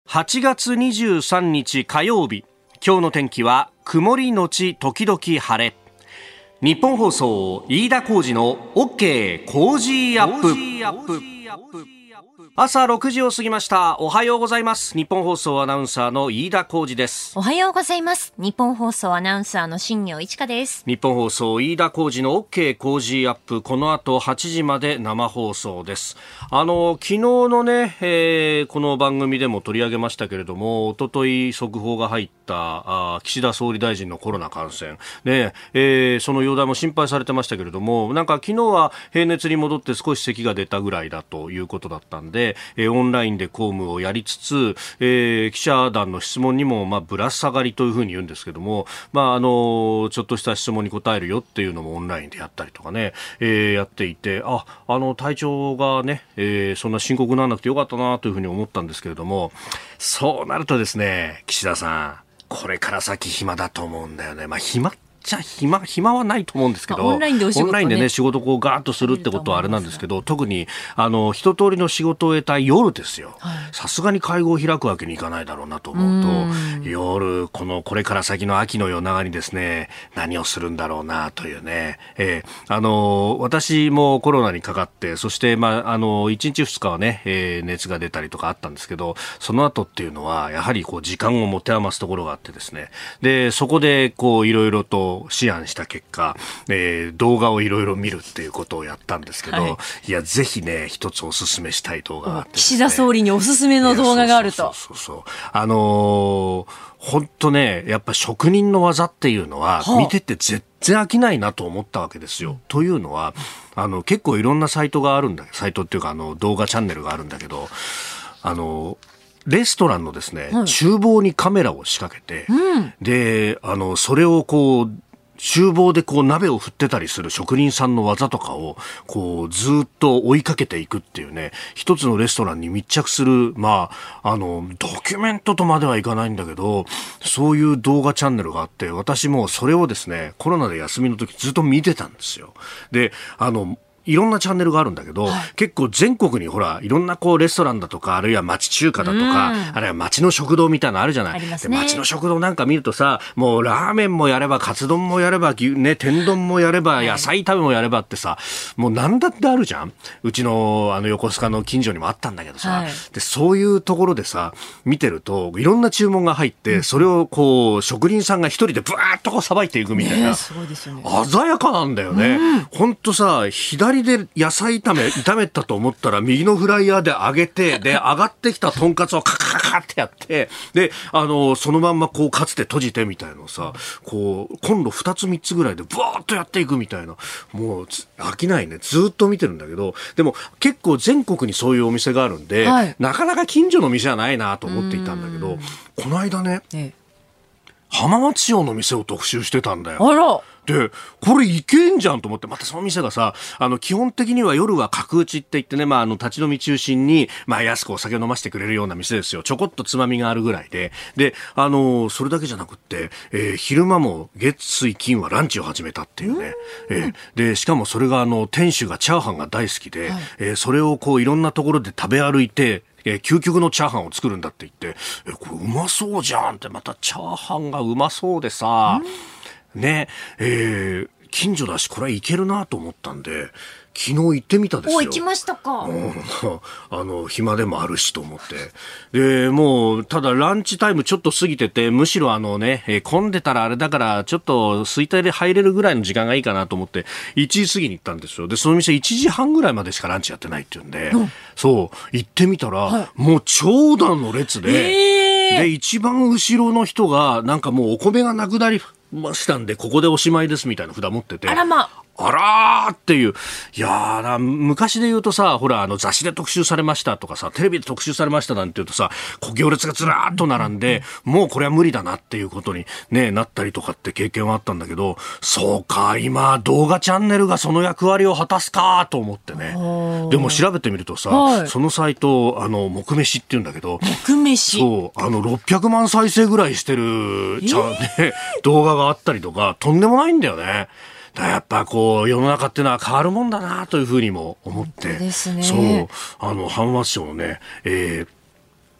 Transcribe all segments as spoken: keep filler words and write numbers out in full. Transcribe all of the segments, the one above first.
はちがつにじゅうさんにち火曜日、今日の天気は曇りのち時々晴れ。日本放送飯田浩司の OK 工事アップ。朝ろくじを過ぎました。おはようございます。日本放送アナウンサーの飯田浩司です。 おはようございます。日本放送アナウンサーの新業一華です。 日本放送飯田浩司の OK 工事アップ、この後はちじまで生放送です。あの昨日のね、えー、この番組でも取り上げましたけれども、おととい速報が入ったあ岸田総理大臣のコロナ感染で、えー、その容体も心配されてましたけれども、なんか昨日は平熱に戻って少し咳が出たぐらいだということだったんで、えー、オンラインで公務をやりつつ、えー、記者団の質問にも、まあ、ぶら下がりというふうに言うんですけども、まあ、あのちょっとした質問に答えるよっていうのもオンラインでやったりとかね、えー、やっていて、あ、あの体調がね、えー、そんな深刻にならなくてよかったなというふうに思ったんですけれども、そうなるとですね、岸田さん、これから先暇だと思うんだよね。まあ暇じゃあ暇、暇はないと思うんですけど、 オンラインでお仕事ね、 オンラインでね、仕事をこうガーッとするってことはあれなんですけど、特にあの一通りの仕事を終えた夜ですよ。さすがに会合を開くわけにいかないだろうなと思うと、う夜このこれから先の秋の夜長にですね、何をするんだろうなというね、えー、あの私もコロナにかかって、そしてまああのいちにちふつかはね、えー、熱が出たりとかあったんですけど、その後っていうのはやはりこう時間を持て余すところがあってですね、でそこでこういろいろと思案した結果、えー、動画をいろいろ見るっていうことをやったんですけど、はい、いやぜひね一つおすすめしたい動画があってですね、 岸田総理におすすめの動画があると。 そうそうそうそう、あのー、本当ね、やっぱ職人の技っていうのは見てて絶対飽きないなと思ったわけですよ。というのはあの結構いろんなサイトがあるんだけど、サイトっていうかあの動画チャンネルがあるんだけど、あのレストランのですね、はい、厨房にカメラを仕掛けて、うん、であのそれをこう厨房でこう鍋を振ってたりする職人さんの技とかをこうずっと追いかけていくっていうね、一つのレストランに密着する、まああのドキュメントとまではいかないんだけど、そういう動画チャンネルがあって、私もそれをですね、コロナで休みの時ずっと見てたんですよ。で、あのいろんなチャンネルがあるんだけど、はい、結構全国にほらいろんなこうレストランだとか、あるいは町中華だとか、あるいは町の食堂みたいなのあるじゃない。 ね、で町の食堂なんか見るとさ、もうラーメンもやればカツ丼もやれば、ね、天丼もやれば野菜炒めもやればってさ、はい、もう何だってあるじゃん。うちのあの横須賀の近所にもあったんだけどさ、はい、でそういうところでさ見てるといろんな注文が入って、うん、それをこう職人さんが一人でブワーッとこうさばいていくみたいな、 ね、すごいですよね、 鮮やかなんだよね。ほんとさ、左で野菜炒め炒めたと思ったら右のフライヤーで揚げて、で上がってきたとんかつをカカカカってやって、であのそのまんまこうカツで閉じてみたいのをさ、こう今度ふたつみっつぐらいでブワーッとやっていくみたいな、もう飽きないね、ずっと見てるんだけど、でも結構全国にそういうお店があるんで、はい、なかなか近所の店はないなと思っていたんだけど、この間ね、ええ、浜松町の店を特集してたんだよ。 あら、 でこれいけんじゃんと思って、またその店がさ、あの基本的には夜は角打ちって言ってね、まあ、あの立ち飲み中心に、まあ、安くお酒を飲ませてくれるような店ですよ。ちょこっとつまみがあるぐらいで、であのそれだけじゃなくって、えー、昼間も月水金はランチを始めたっていうね、えー、でしかもそれがあの店主がチャーハンが大好きで、はい、えー、それをこういろんなところで食べ歩いて、えー、究極のチャーハンを作るんだって言って、えー、これうまそうじゃんって、またチャーハンがうまそうでさ、ね、えー、近所だしこれはいけるなと思ったんで昨日行ってみたですよ。 お、行きましたか。 うん、あの暇でもあるしと思って、でもうただランチタイムちょっと過ぎてて、むしろあのね、えー、混んでたらあれだからちょっと空いてで入れるぐらいの時間がいいかなと思っていちじ過ぎに行ったんですよ。でその店いちじはんぐらいまでしかランチやってないっていうんで、うん、そう行ってみたら、はい、もう長蛇の列で、えー、で一番後ろの人がなんかもうお米がなくなりましたんでここでおしまいですみたいな札持ってて、 あらまあらーっていう、いやー昔で言うとさ、ほらあの雑誌で特集されましたとかさ、テレビで特集されましたなんて言うとさ、行列がずらーっと並んで、もうこれは無理だなっていうことに、ね、なったりとかって経験はあったんだけど、そうか、今動画チャンネルがその役割を果たすかと思ってね。でも調べてみるとさ、はい、そのサイトあの木飯って言うんだけど、 木飯、 そうあのろっぴゃくまん再生ぐらいしてるチャン、えー、動画があったりとか、とんでもないんだよね。だやっぱこう世の中っていうのは変わるもんだなというふうにも思って、 ですね、 そうあの浜松町のね、えー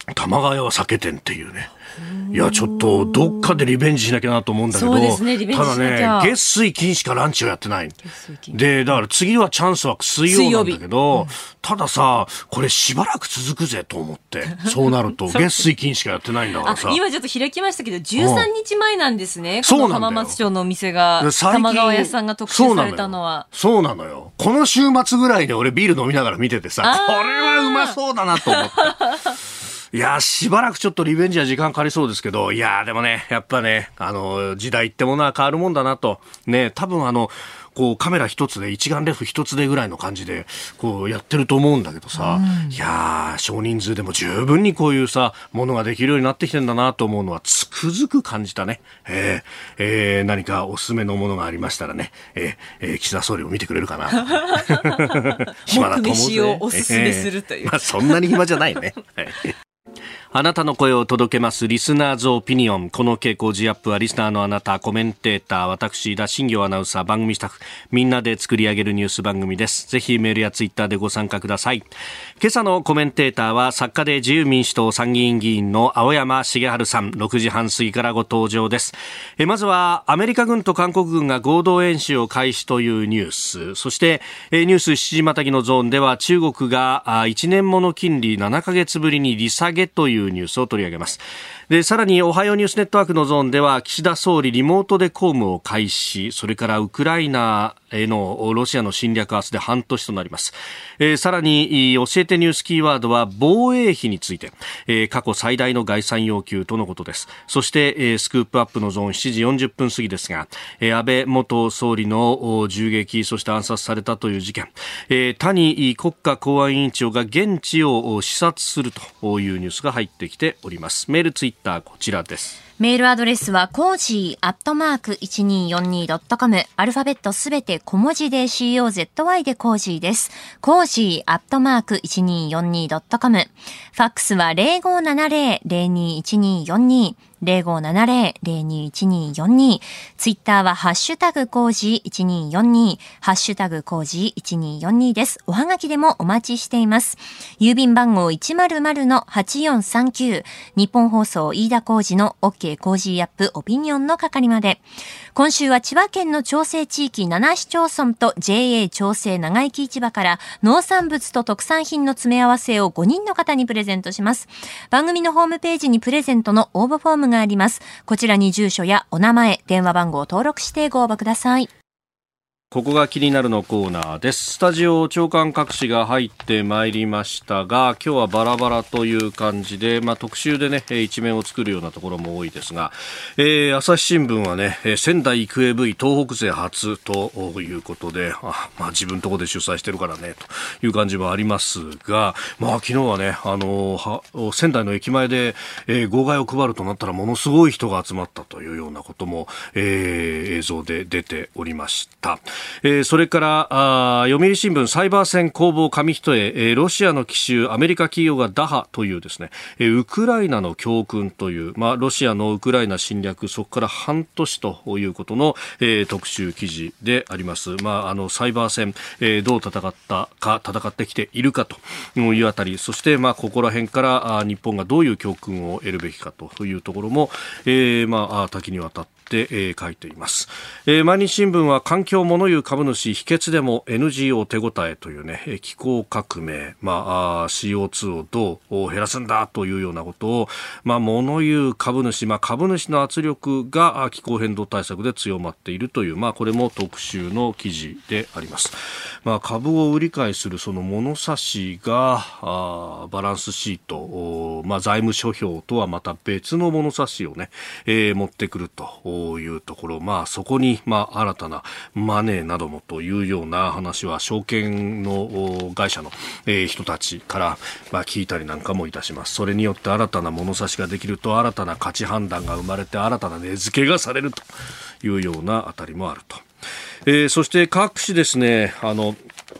玉川屋酒店っていうね、いやちょっとどっかでリベンジしなきゃなと思うんだけど、 そうですね、リベンジしなきゃ。 ただね、月水金しかランチをやってないで、だから次はチャンスは水曜なんだけど、うん、たださこれしばらく続くぜと思ってそうなると月水金しかやってないんだからさ今ちょっと開きましたけどじゅうさんにちまえなんですね、この浜松町のお店が玉川屋さんが特集されたのは。 そうなのよ、この週末ぐらいで俺ビール飲みながら見ててさ、これはうまそうだなと思っていやしばらくちょっとリベンジは時間かかりそうですけど、いやでもねやっぱねあの時代ってものは変わるもんだなとね、多分あのこうカメラ一つで一眼レフ一つでぐらいの感じでこうやってると思うんだけどさ、うん、いや少人数でも十分にこういうさものができるようになってきてんだなと思うのはつくづく感じたね。えーえー、何かおすすめのものがありましたらね、えーえー、岸田総理を見てくれるかな暇だと思うぜ。飯をおすすめするという、 えーまあ、そんなに暇じゃないね、はいあなたの声を届けますリスナーズオピニオン。この傾向ジアップはリスナーのあなた、コメンテーター、私田新行アナウンサー、番組スタッフみんなで作り上げるニュース番組です。ぜひメールやツイッターでご参加ください。今朝のコメンテーターは作家で自由民主党参議院議員の青山茂春さん、ろくじはん過ぎからご登場です。えまずはアメリカ軍と韓国軍が合同演習を開始というニュース、そしてニュースしちじまたぎのゾーンでは中国がいちねんもの金利ななかげつぶりに利下げというニュースを取り上げます。でさらにおはようニュースネットワークのゾーンでは岸田総理リモートで公務を開始、それからウクライナへのロシアの侵略明日で半年となります。えー、さらに教えてニュースキーワードは防衛費について、えー、過去最大の概算要求とのことです。そして、えー、スクープアップのゾーンしちじよんじゅっぷん過ぎですが、えー、安倍元総理の銃撃そして暗殺されたという事件、えー、谷国家公安委員長が現地を視察するというニュースが入ってきております。メールツイッターこちらです。 メールアドレスはコージーアットマーク いちにーよんにードットコム、 アルファベットすべて小文字で コーズ でコージーです。コージーアットマーク いちにーよんにードットコム、 ファックスは ゼロごーななゼロ ゼロにーいちにーよんにー ゼロごーななゼロ ゼロにーいちにーよんにー、ツイッターはハッシュタグコージーいちにーよんにー、ハッシュタグコージーいちにーよんにーです。おはがきでもお待ちしています。郵便番号 いちまるまるのはちよんさんきゅう、日本放送飯田浩司の OK コージーアップオピニオンの係まで。今週は千葉県の調整地域なな市町村と ジェーエー 調整長生き市場から農産物と特産品の詰め合わせをごにんの方にプレゼントします。番組のホームページにプレゼントの応募フォームがあります。こちらに住所やお名前、電話番号を登録してご応募ください。 ここが気になるのコーナーです。スタジオ長官各紙が入ってまいりましたが、今日はバラバラという感じで、まあ、特集でね一面を作るようなところも多いですが、えー、朝日新聞はね仙台育英 V 東北勢初ということで、あ、まあ、自分のところで主催してるからねという感じもありますが、まあ、昨日はねあのは仙台の駅前で、えー、号外を配るとなったらものすごい人が集まったというようなことも、えー、映像で出ておりました。えー、それからあ読売新聞サイバー戦攻防紙一重、えー、ロシアの奇襲アメリカ企業が打破というですね、えー、ウクライナの教訓という、まあ、ロシアのウクライナ侵略そこから半年ということの、えー、特集記事であります。まあ、あのサイバー戦、えー、どう戦ったか戦ってきているかというあたり、そして、まあ、ここら辺からあ日本がどういう教訓を得るべきかというところも、えーまあ、多岐にわたってで、えー、書いています。えー、毎日新聞は環境物言う株主秘訣でも エヌジーオー 手応えというね気候革命、まあ、シーオーツー をどう減らすんだというようなことを、まあ、物言う株主、まあ、株主の圧力が気候変動対策で強まっているという、まあ、これも特集の記事であります。まあ、株を売り買いするその物差しがあバランスシート、まあ、財務諸表とはまた別の物差しをね、えー、持ってくるというところ、まあ、そこに、まあ、新たなマネーなどもというような話は証券の会社の、えー、人たちから、まあ、聞いたりなんかもいたします。それによって新たな物差しができると新たな価値判断が生まれて新たな値付けがされるというようなあたりもあると。えー、そして各紙ですね、あの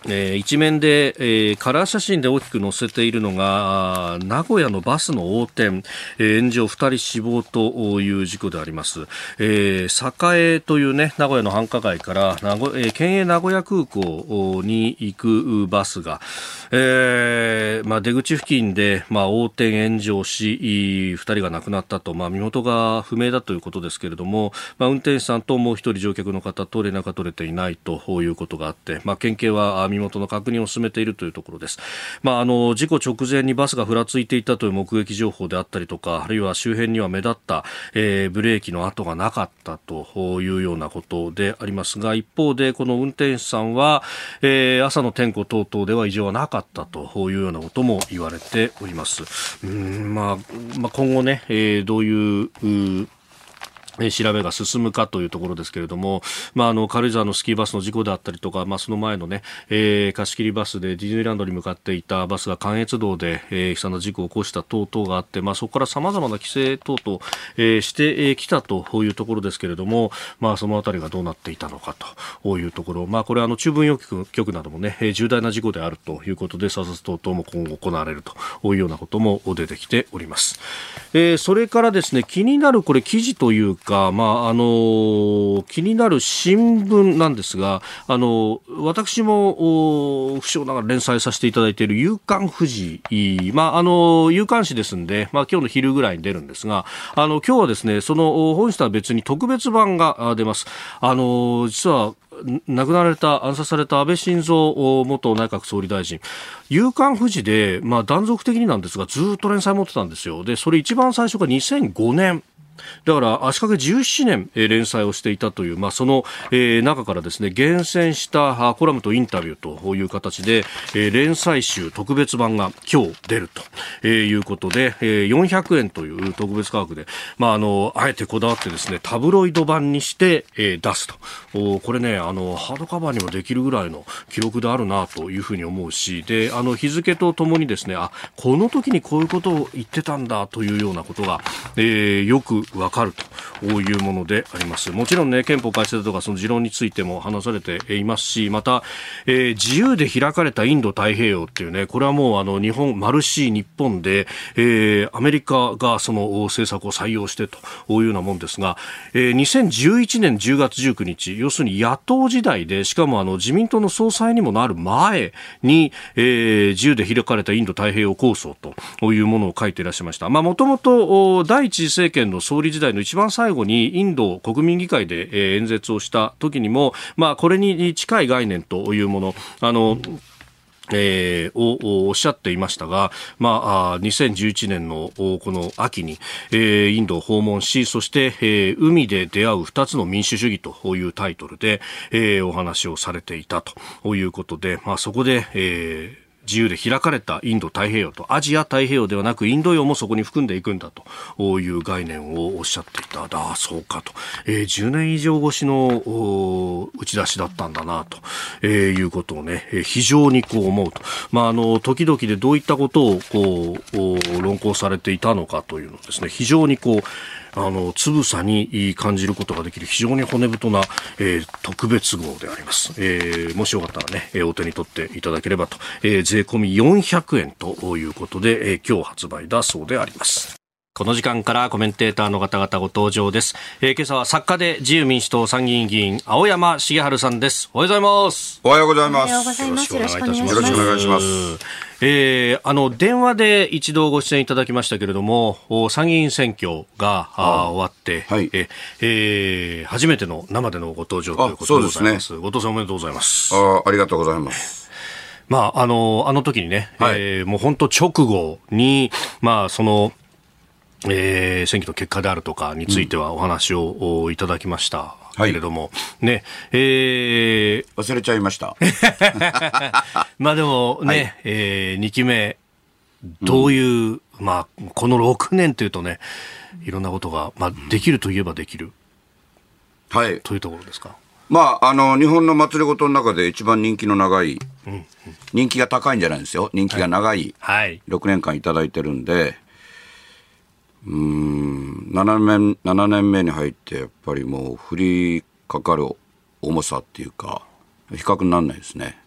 えー、一面で、えー、カラー写真で大きく載せているのが名古屋のバスの横転、えー、炎上ふたり死亡という事故であります。えー、栄というね名古屋の繁華街から名古、えー、県営名古屋空港に行くバスが、えーまあ、出口付近で、まあ、横転炎上しふたりが亡くなったと、まあ、身元が不明だということですけれども、まあ、運転手さんともう一人乗客の方と連絡が取れていないということがあって、まあ、県警は身元の確認を進めているというところです。まあ、あの事故直前にバスがふらついていたという目撃情報であったりとか、あるいは周辺には目立った、えー、ブレーキの跡がなかったというようなことでありますが、一方でこの運転手さんは、えー、朝の点呼等々では異常はなかったというようなことも言われております。うーん、まあまあ、今後ね、えー、どういう、う調べが進むかというところですけれども、まあ、あの軽井沢のスキーバスの事故であったりとか、まあ、その前のね、えー、貸し切りバスでディズニーランドに向かっていたバスが関越道で、えー、悲惨な事故を起こした等々があって、まあ、そこから様々な規制等々、えー、してきたというところですけれども、まあ、そのあたりがどうなっていたのかというところ、まあ、これはあの中分予局などもね、重大な事故であるということで査察等々も今後行われるというようなことも出てきております。えー、それからですね、気になるこれ記事というか、まああのー、気になる新聞なんですが、あのー、私も不詳ながら連載させていただいている夕刊フジ、まああのー、夕刊誌ですんで、まあ、今日の昼ぐらいに出るんですが、あの今日はですね、その本誌とは別に特別版が出ます。あの実は亡くなられた、暗殺された安倍晋三元内閣総理大臣、夕刊フジで、まあ、断続的になんですがずっと連載持ってたんですよ。でそれ一番最初がにせんごねんだから足掛けじゅうななねん、えー、連載をしていたという、まあ、その、えー、中からですね厳選したコラムとインタビューという形で、えー、連載集特別版が今日出ると、えー、いうことで、えー、よんひゃくえんという特別価格で、まあ、あのあえてこだわってですねタブロイド版にして、えー、出すと。おこれねあのハードカバーにもできるぐらいの記録であるなというふうに思うし、であの日付とともにですねあこの時にこういうことを言ってたんだというようなことが、えー、よくわかるというものであります。もちろんね憲法改正とかその持論についても話されていますし、また、えー、自由で開かれたインド太平洋っていうね、これはもうあの日本マルシー日本で、えー、アメリカがその政策を採用してというようなもんですが、えー、にせんじゅういちねんじゅうがつじゅうくにち、要するに野党時代で、しかもあの自民党の総裁にもなる前に、えー、自由で開かれたインド太平洋構想というものを書いていらっしゃいました。まあもともと第一次政権の総理時代の一番最後にインド国民議会で、えー、演説をした時にも、まあこれに近い概念というもの、あのえー、をおっしゃっていましたが、まあ、にせんじゅういちねんのこの秋に、えー、インドを訪問し、そして、えー、海で出会う二つの民主主義というタイトルで、えー、お話をされていたということで、まあ、そこで、えー自由で開かれたインド太平洋とアジア太平洋ではなくインド洋もそこに含んでいくんだという概念をおっしゃっていた。ああそうかと、えー、じゅうねん以上越しの打ち出しだったんだなと、えー、いうことをね、えー、非常にこう思うと、まあ、あの時々でどういったことをこう論考されていたのかというのをですね非常にこうあのつぶさに感じることができる非常に骨太な、えー、特別号であります。えー、もしよかったらね、えー、お手に取っていただければと、えー、税込みよんひゃくえんということで、えー、今日発売だそうであります。この時間からコメンテーターの方々ご登場です。えー、今朝は作家で自由民主党参議院議員青山茂春さんです。おはようございます。 おはようございます。 よろしくお願いいたします。 よろしくお願いします。 えー、あの電話で一度ご出演いただきましたけれども、参議院選挙があ終わって、はい、ええー、初めての生でのご登場ということでございます。後藤さんおめでとうございます。 あ、ありがとうございます。 まああのあの時にね、はい、えー、もう本当直後にまあそのえー、選挙の結果であるとかについてはお話を、うん、いただきましたけれども、はい、ね、えー、忘れちゃいました。 まあでもね、はい、えー、にきめどういう、うん、まあこのろくねんというとね、いろんなことが、まあ、できるといえばできる、 はい、 というところですか。 まあ、あの日本の祭りごとの中で一番人気の長い、うんうん、人気が高いんじゃないんですよ、人気が長い、はい、ろくねんかんいただいてるんで、うーん 7, 年ななねんめに入ってやっぱりもう降りかかる重さっていうか比較にならないですね。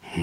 うーん、うん、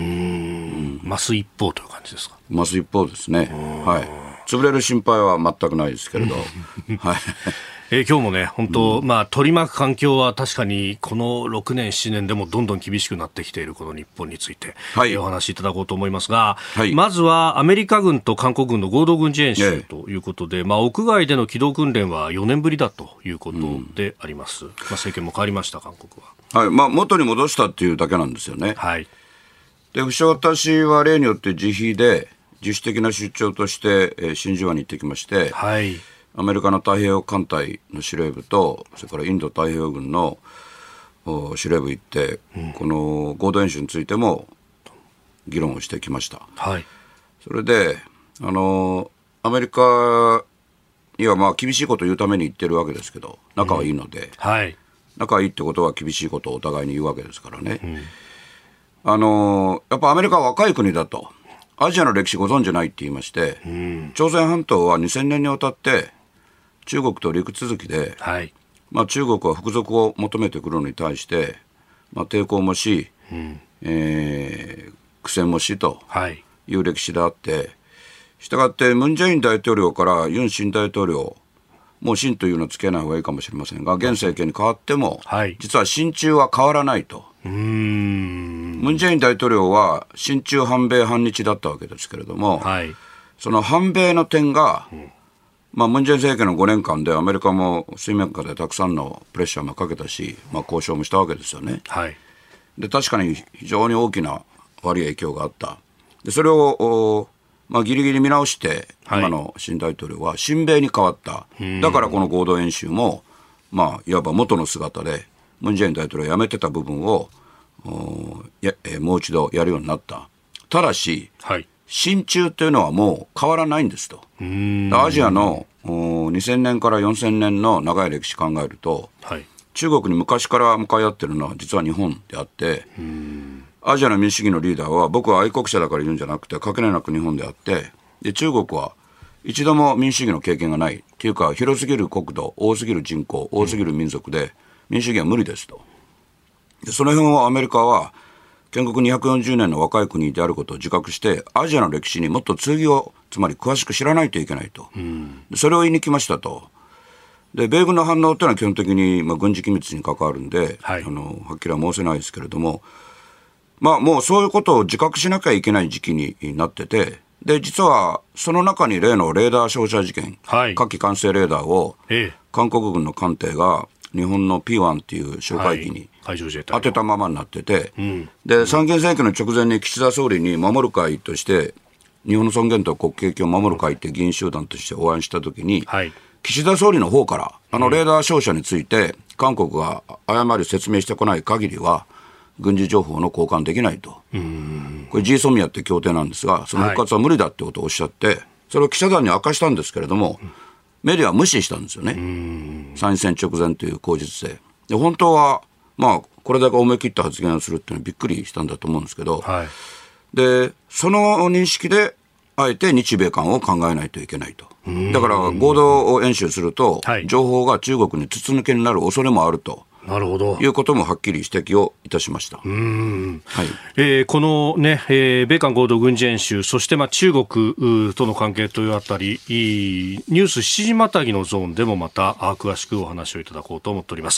増す一方という感じですか。 増す一方ですね。はい。潰れる心配は全くないですけれど。はい。 えー、今日もね、本当、うん、まあ、取り巻く環境は確かにこのろくねん、しちねんでもどんどん厳しくなってきているこの日本について、はい、えー、お話しいただこうと思いますが、はい、まずはアメリカ軍と韓国軍の合同軍事演習ということで、えーまあ、屋外での機動訓練はよねんぶりだということであります。うん、まあ、政権も変わりました、韓国は。はい、まあ、元に戻したっていうだけなんですよね。はい。で、私は例によって自費で、自主的な出張として、えー、真珠湾に行ってきまして、はい。アメリカの太平洋艦隊の司令部と、それからインド太平洋軍の司令部行って、うん、この合同演習についても議論をしてきました。はい、それで、あのアメリカにはまあ厳しいことを言うために言ってるわけですけど、仲はいいので、うん、はい、仲いいってことは厳しいことをお互いに言うわけですからね。うん、あのやっぱアメリカは若い国だと、アジアの歴史ご存じないって言いまして、うん、朝鮮半島はにせんねんにわたって中国と陸続きで、はい、まあ、中国は服属を求めてくるのに対して、まあ、抵抗もし、うん、えー、苦戦もしという歴史であって、したがってムン・ジェイン大統領からユン新大統領、もう新というのをつけない方がいいかもしれませんが、現政権に変わっても、はい、実は親中は変わらないと。うーん、ムン・ジェイン大統領は親中反米反日だったわけですけれども、はい、その反米の点が、うん、まあ、ムン・ジェイン政権のごねんかんでアメリカも水面下でたくさんのプレッシャーもかけたし、まあ、交渉もしたわけですよね。はい、で確かに非常に大きな悪い影響があった。でそれを、まあ、ギリギリ見直して、はい、今の新大統領は親米に変わった。だからこの合同演習も、まあ、いわば元の姿でムン・ジェイン大統領がやめてた部分をやもう一度やるようになった。ただし、はい、親中というのはもう変わらないんですと。うーん、アジアのにせんねんからよんせんねんの長い歴史考えると、はい、中国に昔から向かい合ってるのは実は日本であって、うーん、アジアの民主主義のリーダーは僕は愛国者だから言うんじゃなくて、かけねなく日本であって、で中国は一度も民主主義の経験がないっていうか、広すぎる国土、多すぎる人口、多すぎる民族で、うん、民主主義は無理ですと。でその辺をアメリカは建国にひゃくよんじゅうねんの若い国であることを自覚して、アジアの歴史にもっと通義を、つまり詳しく知らないといけないと、うん、でそれを言いに来ましたと。で米軍の反応というのは基本的に、まあ、軍事機密に関わるんで、はい、あのはっきりは申せないですけれども、まあ、もうそういうことを自覚しなきゃいけない時期になってて、で実はその中に例のレーダー照射事件、はい、火器管制レーダーを韓国軍の艦艇が日本の ピーワン っていう哨戒機に当てたままになってて、はいうん、で三権選挙の直前に岸田総理に守る会として日本の尊厳と国益を守る会って議員集団として応援したときに、はい、岸田総理の方からあのレーダー照射について韓国が誤り説明してこない限りは軍事情報の交換できないと。うーん、これ ジーソミアって協定なんですが、その復活は無理だってことをおっしゃって、はい、それを記者団に明かしたんですけれども、うん、メディアは無視したんですよね。参院選直前という口実で。で本当は、まあ、これだけ思い切った発言をするっていうのはびっくりしたんだと思うんですけど、はい、でその認識であえて日米韓を考えないといけないと。だから合同演習すると、はい、情報が中国に筒抜けになる恐れもあると。なるほど。いうこともはっきり指摘をいたしました。うーん、はい、 えー、この、ねえー、米韓合同軍事演習、そして、まあ、中国との関係というあたり、ニュースしちじまたぎのゾーンでもまた詳しくお話をいただこうと思っております。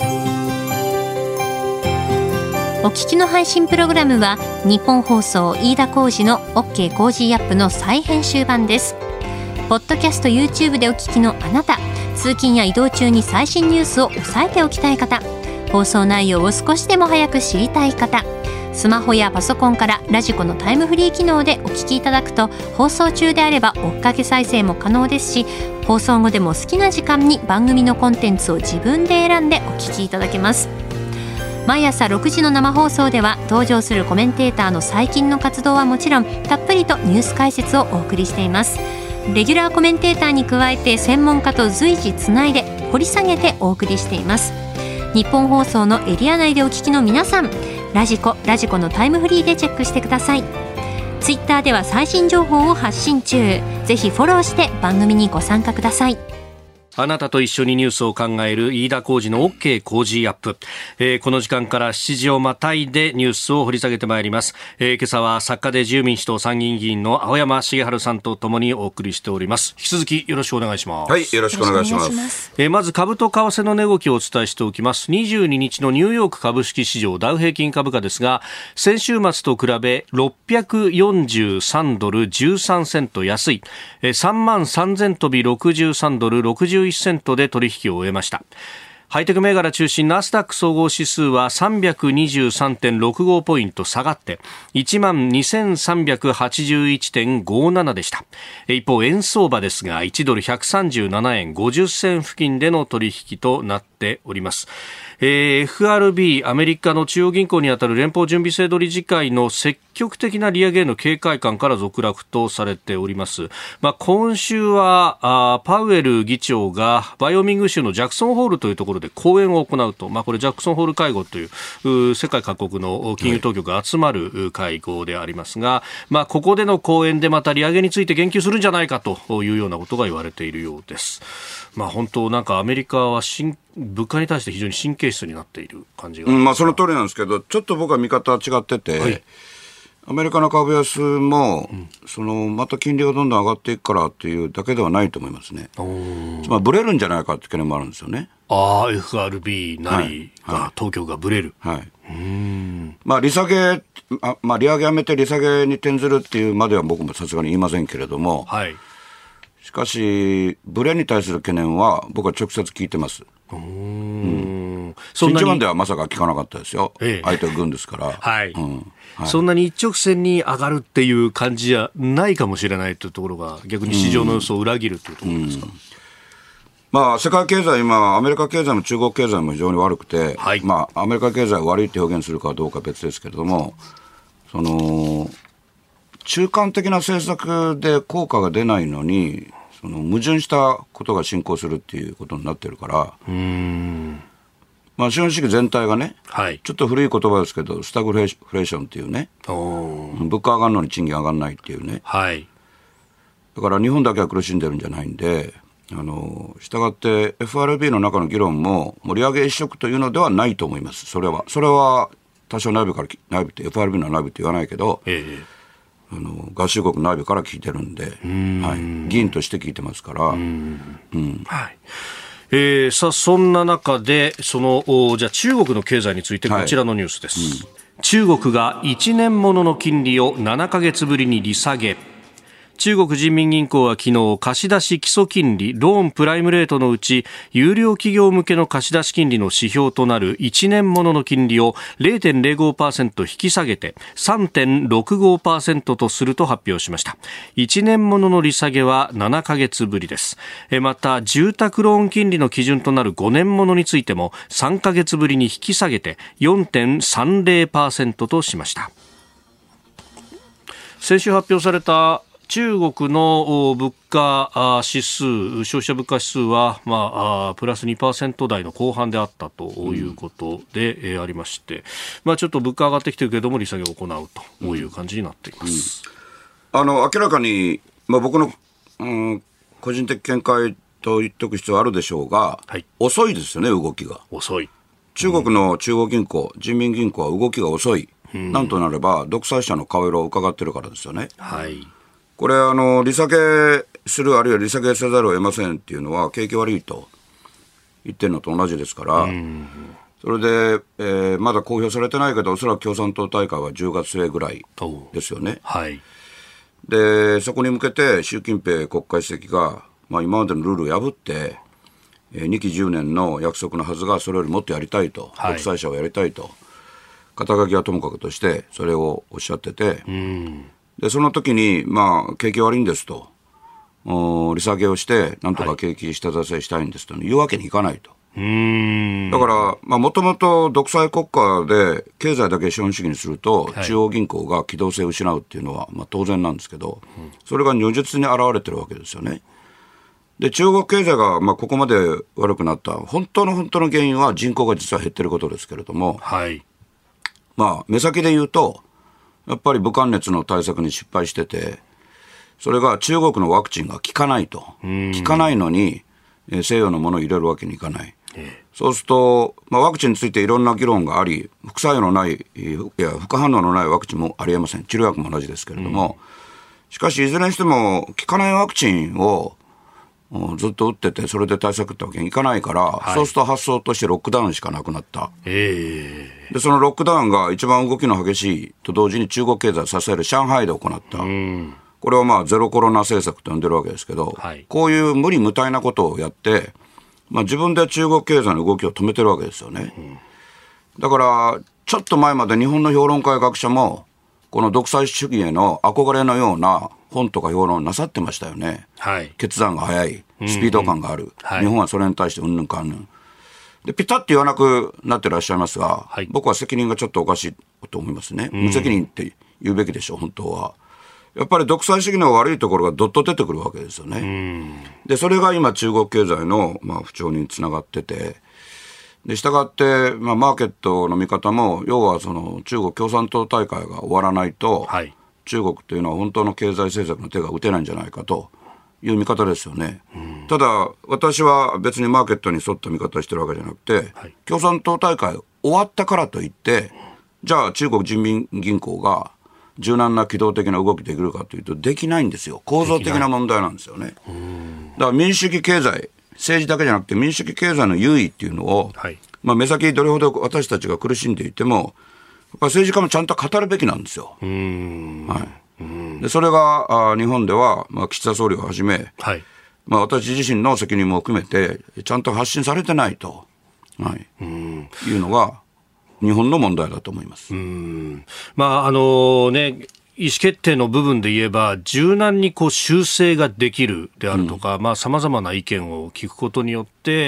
お聞きの配信プログラムは日本放送飯田浩司の OK コージーアップの再編集版です。ポッドキャスト YouTube でお聞きのあなた、通勤や移動中に最新ニュースを押さえておきたい方、放送内容を少しでも早く知りたい方、スマホやパソコンからラジコのタイムフリー機能でお聞きいただくと、放送中であれば追っかけ再生も可能ですし、放送後でも好きな時間に番組のコンテンツを自分で選んでお聞きいただけます。毎朝ろくじの生放送では登場するコメンテーターの最近の活動はもちろん、たっぷりとニュース解説をお送りしています。レギュラーコメンテーターに加えて専門家と随時つないで掘り下げてお送りしています。日本放送のエリア内でお聞きの皆さん、ラジコ、ラジコのタイムフリーでチェックしてください。ツイッターでは最新情報を発信中。ぜひフォローして番組にご参加ください。 あなたと一緒にニュースを考える飯田浩司の OK 工事アップ、えー、この時間からしちじをまたいでニュースを掘り下げてまいります、えー、今朝は作家で自由民主党参議院議員の青山茂春さんとともにお送りしております。引き続きよろしくお願いします。 はい、よろしくお願いします。 えー、まず株と為替の値動きをお伝えしておきます。にじゅうににちのニューヨーク株式市場ダウ平均株価ですが、先週末と比べろっぴゃくよんじゅうさんドルじゅうさんセント安い、えー、さんまんさんぜん飛びろくじゅうさんドルろくじゅういちセントで取引を終えました。ハイテク銘柄中心ナスダック総合指数は さんびゃくにじゅうさんてんろくご ポイント下がって いちまんにせんさんびゃくはちじゅういちてんごなな でした。一方円相場ですがいちドルひゃくさんじゅうななえんごじゅっせん付近での取引となっております。えー、エフアールビー アメリカの中央銀行にあたる連邦準備制度理事会の積極的な利上げへの警戒感から続落とされております。まあ、今週はあパウエル議長がバイオミング州のジャクソンホールというところで講演を行うと、まあ、これジャクソンホール会合という世界各国の金融当局が集まる会合でありますが、まあ、ここでの講演でまた利上げについて言及するんじゃないかというようなことが言われているようです。まあ、本当なんかアメリカは新物価に対して非常に神経質になっている感じが、 うんまあ、その通りなんですけど、ちょっと僕は見方は違ってて、はい、アメリカの株安も、うん、そのまた金利がどんどん上がっていくからっていうだけではないと思いますね。つまりブレるんじゃないかって懸念もあるんですよね。 ああ エフアールビー なりが、はいはい、当局がブレる、 はい、うーんまあ利下げあ、まあ、利上げやめて利下げに転ずるっていうまでは僕もさすがに言いませんけれども、はい、しかしブレに対する懸念は僕は直接聞いてます。うーん、うん、そんなに新地盤ではまさか聞かなかったですよ、ええ、相手は軍ですから、 はいうんはい、そんなに一直線に上がるっていう感じじゃないかもしれないというところが逆に市場の予想を裏切るというところですか。うんうんまあ、世界経済、今、アメリカ経済も中国経済も非常に悪くて、はいまあ、アメリカ経済を悪いって表現するかどうかは別ですけれども、その中間的な政策で効果が出ないのに、その矛盾したことが進行するっていうことになってるから、うーんまあ、資本主義全体がね、はい、ちょっと古い言葉ですけど、スタグフレーションっていうね、物価上がるのに賃金上がらないっていうね、はい、だから日本だけは苦しんでるんじゃないんで、あのしたがって エフアールビー の中の議論も盛り上げ一色というのではないと思います。それはそれは多少内部から内部って エフアールビー の内部って言わないけど、ええ、あの合衆国内部から聞いてるんで、ん、はい、議員として聞いてますから、うんうんはいえー、さあそんな中でそのじゃあ中国の経済についてこちらのニュースです、はいうん、中国がいちねんものの金利をななかげつぶりに利下げ。中国人民銀行は昨日貸出基礎金利ローンプライムレートのうち有料企業向けの貸出金利の指標となるいちねんものの金利を れいてんれいごパーセント 引き下げて さんてんろくごパーセント とすると発表しました。いちねんものの利下げはななかげつぶりです。また住宅ローン金利の基準となるごねんものについてもさんかげつぶりに引き下げて よんてんさんぜろパーセント としました。先週発表された中国の物価指数、消費者物価指数は、まあ、プラス にパーセント 台の後半であったということで、うん、ありまして、まあ、ちょっと物価上がってきてるけれども利下げを行うという感じになっています。 うん、あの明らかに、まあ、僕の、うん、個人的見解と言っておく必要はあるでしょうが、はい、遅いですよね、動きが。 遅い。 中国の中央銀行、人民銀行は動きが遅い。うん、なんとなれば独裁者の顔色を伺ってるからですよね。はいこれあの利下げするあるいは利下げせざるを得ませんっていうのは景気悪いと言ってるのと同じですから、うんそれで、えー、まだ公表されてないけどおそらく共産党大会はじゅうがつ末ぐらいですよね、はい、でそこに向けて習近平国家主席が、まあ、今までのルールを破って、えー、にきじゅうねんの約束のはずがそれよりもっとやりたいと、はい、独裁者をやりたいと肩書きはともかくとしてそれをおっしゃってて、うんでその時に、まあ、景気悪いんですと利下げをしてなんとか景気下支えしたいんですと、ね、いうわけにいかないと。うーんだからもともと独裁国家で経済だけ資本主義にすると、はい、中央銀行が機動性を失うっていうのは、まあ、当然なんですけど、うん、それが如実に現れてるわけですよね。で中国経済が、まあ、ここまで悪くなった本当の本当の原因は人口が実は減ってることですけれども、はいまあ、目先で言うとやっぱり武漢熱の対策に失敗しててそれが中国のワクチンが効かないと効かないのにえー、西洋のものを入れるわけにいかない。そうすると、まあ、ワクチンについていろんな議論があり、副作用のない、いや副反応のないワクチンもありえません。治療薬も同じですけれども、うん、しかしいずれにしても効かないワクチンをずっと打っててそれで対策ってわけにいかないから、はい、そうすると発想としてロックダウンしかなくなった、えー、でそのロックダウンが一番動きの激しいと同時に中国経済を支える上海で行った、うん、これはまあゼロコロナ政策と呼んでるわけですけど、はい、こういう無理無体なことをやってまあ、自分で中国経済の動きを止めてるわけですよね、うん、だからちょっと前まで日本の評論家や学者もこの独裁主義への憧れのような本とか評論をなさってましたよね、はい、決断が早いスピード感がある、うんうんはい、日本はそれに対してうんぬんかんぬんでピタッと言わなくなってらっしゃいますが、はい、僕は責任がちょっとおかしいと思いますね、うん、無責任って言うべきでしょう本当は。やっぱり独裁主義の悪いところがどっと出てくるわけですよね、うん、でそれが今中国経済のまあ不調につながっててでしたがって、まあ、マーケットの見方も要はその中国共産党大会が終わらないと、はい、中国というのは本当の経済政策の手が打てないんじゃないかという見方ですよね、うん、ただ私は別にマーケットに沿った見方をしてるわけじゃなくて、はい、共産党大会終わったからといってじゃあ中国人民銀行が柔軟な機動的な動きできるかというとできないんですよ。構造的な問題なんですよね。だから民主主義経済政治だけじゃなくて民主主義経済の優位っていうのを、はいまあ、目先どれほど私たちが苦しんでいてもやっぱ政治家もちゃんと語るべきなんですよ。うーん、はい、うんでそれがあ日本では、まあ、岸田総理をはじめ、はいまあ、私自身の責任も含めてちゃんと発信されてないと、はい、うんいうのが日本の問題だと思います。 うーん、まああのね、意思決定の部分で言えば柔軟にこう修正ができるであるとかさまざまな意見を聞くことによって、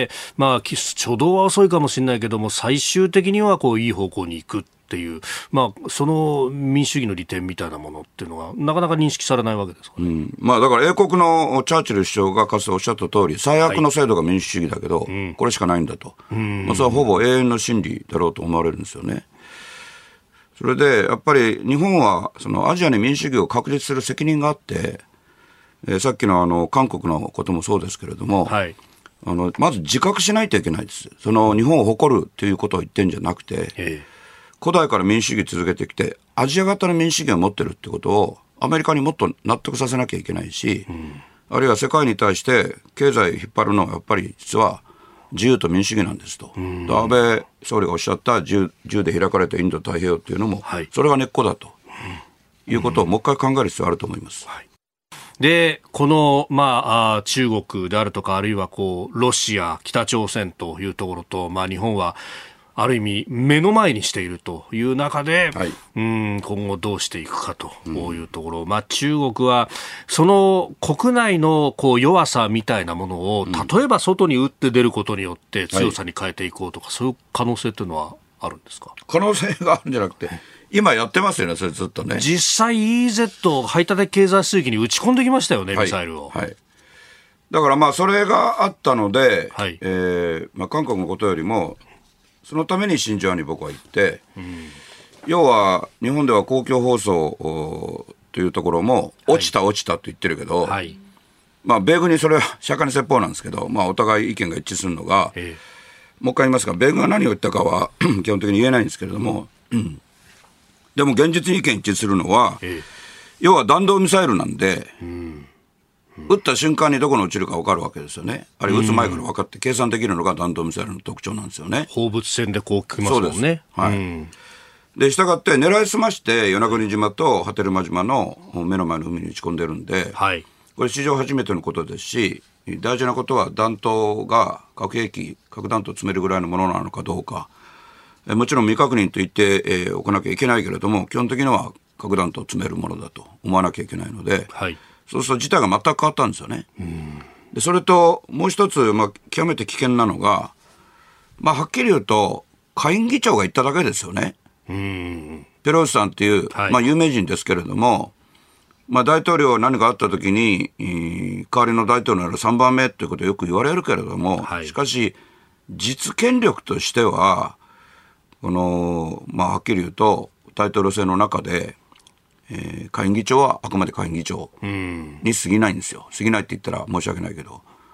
まあ、初動は遅いかもしれないけども最終的にはこういい方向に行くっていう、まあ、その民主主義の利点みたいなものっていうのはなかなか認識されないわけですかね、 うんまあ、だから英国のチャーチル首相がかつておっしゃった通り最悪の制度が民主主義だけど、はい、これしかないんだと、うんまあ、それはほぼ永遠の真理だろうと思われるんですよね。それでやっぱり日本はそのアジアに民主主義を確立する責任があって、えー、さっきのあの韓国のこともそうですけれども、はい、あのまず自覚しないといけないです。その日本を誇るということを言ってるんじゃなくて、えー、古代から民主主義続けてきてアジア型の民主主義を持ってるってことをアメリカにもっと納得させなきゃいけないし、うん、あるいは世界に対して経済を引っ張るのはやっぱり実は自由と民主主義なんですと、うん、安倍総理がおっしゃった自由、自由で開かれたインド太平洋というのも、はい、それが根っこだと、うん、いうことをもう一回考える必要があると思います、はい、 でこの、まあ、中国であるとかあるいはこうロシア北朝鮮というところと、まあ、日本はある意味目の前にしているという中で、はい、うん今後どうしていくかというところ、うんまあ、中国はその国内のこう弱さみたいなものを例えば外に打って出ることによって強さに変えていこうとか、はい、そういう可能性というのはあるんですか？ 可能性があるんじゃなくて今やってますよねそれずっとね。 実際 イーゼット 排他的経済水域に打ち込んできましたよね、はい、ミサイルを、はい、 だからまあそれがあったので、はいえーまあ、韓国のことよりもそのために真珠湾に僕は行って、うん、要は日本では公共放送というところも落ちた落ちたと言ってるけど、はい、まあ米軍にそれは釈迦に説法なんですけど、まあ、お互い意見が一致するのが、えー、もう一回言いますが米軍が何を言ったかは基本的に言えないんですけれども、うん、でも現実に意見一致するのは、えー、要は弾道ミサイルなんで、うん撃った瞬間にどこに落ちるか分かるわけですよね。あれ撃つ前から分かって計算できるのが弾道ミサイルの特徴なんですよね。 放物線でこう来ますもんね。そうです、はい、うん、 でしたがって狙いすまして与那国島と波照間島の目の前の海に打ち込んでるんで、はい、これ史上初めてのことですし大事なことは弾頭が核兵器核弾頭を詰めるぐらいのものなのかどうか、えもちろん未確認と言って、えー、おかなきゃいけないけれども基本的には核弾頭を詰めるものだと思わなきゃいけないので、はいそうすると事態が全く変わったんですよね。うんでそれともう一つ、まあ、極めて危険なのが、まあ、はっきり言うと下院議長が言っただけですよね。うんペロシさんっていう、はいまあ、有名人ですけれども、まあ、大統領何かあった時に、えー、代わりの大統領ならさんばんめということをよく言われるけれども、はい、しかし実権力としてはこの、まあ、はっきり言うと大統領制の中でえー、下院議長はあくまで下院議長に過ぎないんですよ。過ぎないって言ったら申し訳ないけど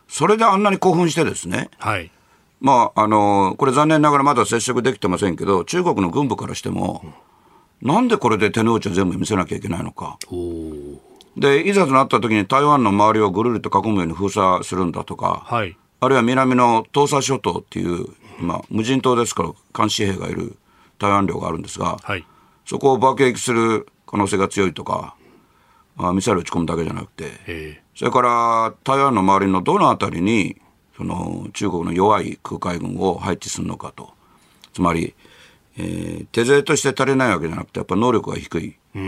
それであんなに興奮してですね、 はい、 まああのこれ残念ながらまだ接触できてませんけど、中国の軍部からしても、うん、なんでこれで手の内を全部見せなきゃいけないのか。でいざとなった時に台湾の周りをぐるりと囲むように封鎖するんだとか、はい、あるいは南の東沙諸島っていう、まあ、無人島ですから監視兵がいる台湾領があるんですが、はい、そこを爆撃する可能性が強いとか、まあ、ミサイル撃ち込むだけじゃなくて、それから台湾の周りのどのあたりにその中国の弱い空海軍を配置するのかと。つまり、えー、手勢として足りないわけじゃなくてやっぱ能力が低い。うん、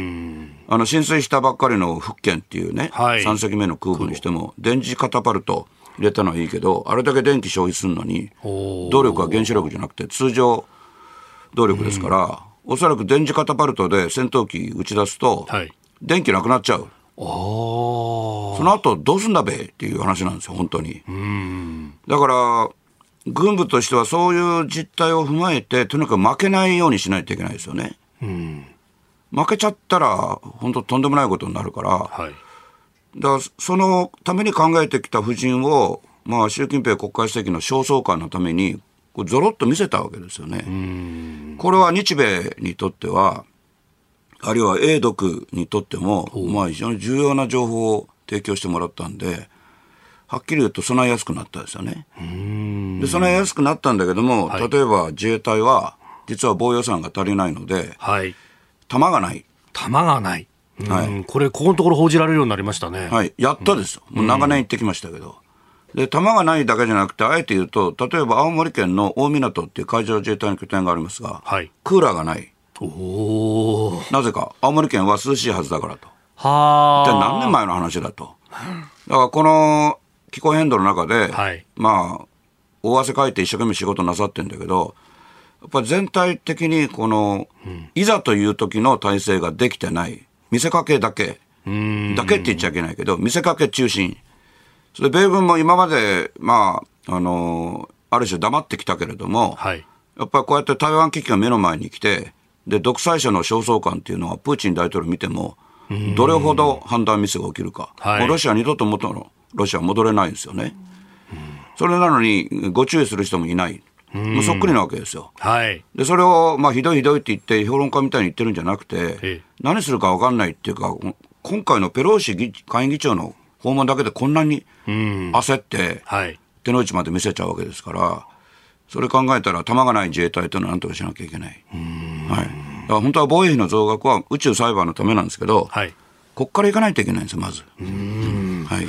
あの浸水したばっかりの福建っていうね、はい、さん隻目の空母にしても電磁カタパルト入れたのはいいけど、あれだけ電気消費するのに動力は原子力じゃなくて通常動力ですから、うん、おそらく電磁カタパルトで戦闘機打ち出すと、はい、電気なくなっちゃう。その後どうすんだべっていう話なんですよ本当に。うん、だから軍部としてはそういう実態を踏まえてとにかく負けないようにしないといけないですよね。うん、負けちゃったら本当とんでもないことになるから、はい、だからそのために考えてきた布陣を、まあ、習近平国家主席の焦燥感のためにこうゾロッと見せたわけですよね。うん、これは日米にとってはあるいは英独にとっても、まあ、非常に重要な情報を提供してもらったんで、はっきり言うと備えやすくなったですよね。うーんで備えやすくなったんだけども、はい、例えば自衛隊は実は防衛予算が足りないので、はい、弾がない弾がない、はい、これここのところ報じられるようになりましたね。 はい、やったですよ、うん、もう長年言ってきましたけど、で弾がないだけじゃなくてあえて言うと、例えば青森県の大湊っていう海上自衛隊の拠点がありますが、はい、クーラーがない。おなぜか青森県は涼しいはずだからと。は一体何年前の話だと。だからこの気候変動の中で、はい、まあ大汗かいて一生懸命仕事なさってるんだけど、やっぱり全体的にこの、うん、いざという時の体制ができてない。見せかけだけだけって言っちゃいけないけど見せかけ中心。それで米軍も今までまああのある種黙ってきたけれども、はい、やっぱりこうやって台湾危機が目の前に来て、で独裁者の焦燥感っていうのはプーチン大統領見てもどれほど判断ミスが起きるか、はい、もうロシア二度と元のロシアは戻れないんですよね。それなのにご注意する人もいない。もうそっくりなわけですよ。はい、でそれをまあひどいひどいって言って評論家みたいに言ってるんじゃなくて、何するか分かんないっていうか、今回のペローシ下院議長の訪問だけでこんなに焦って手の内まで見せちゃうわけですから、それ考えたら弾がない自衛隊というのは何とかしなきゃいけない。はい、だから本当は防衛費の増額は宇宙サイバーのためなんですけど、はい、ここから行かないといけないんですよまず。うーん、はい、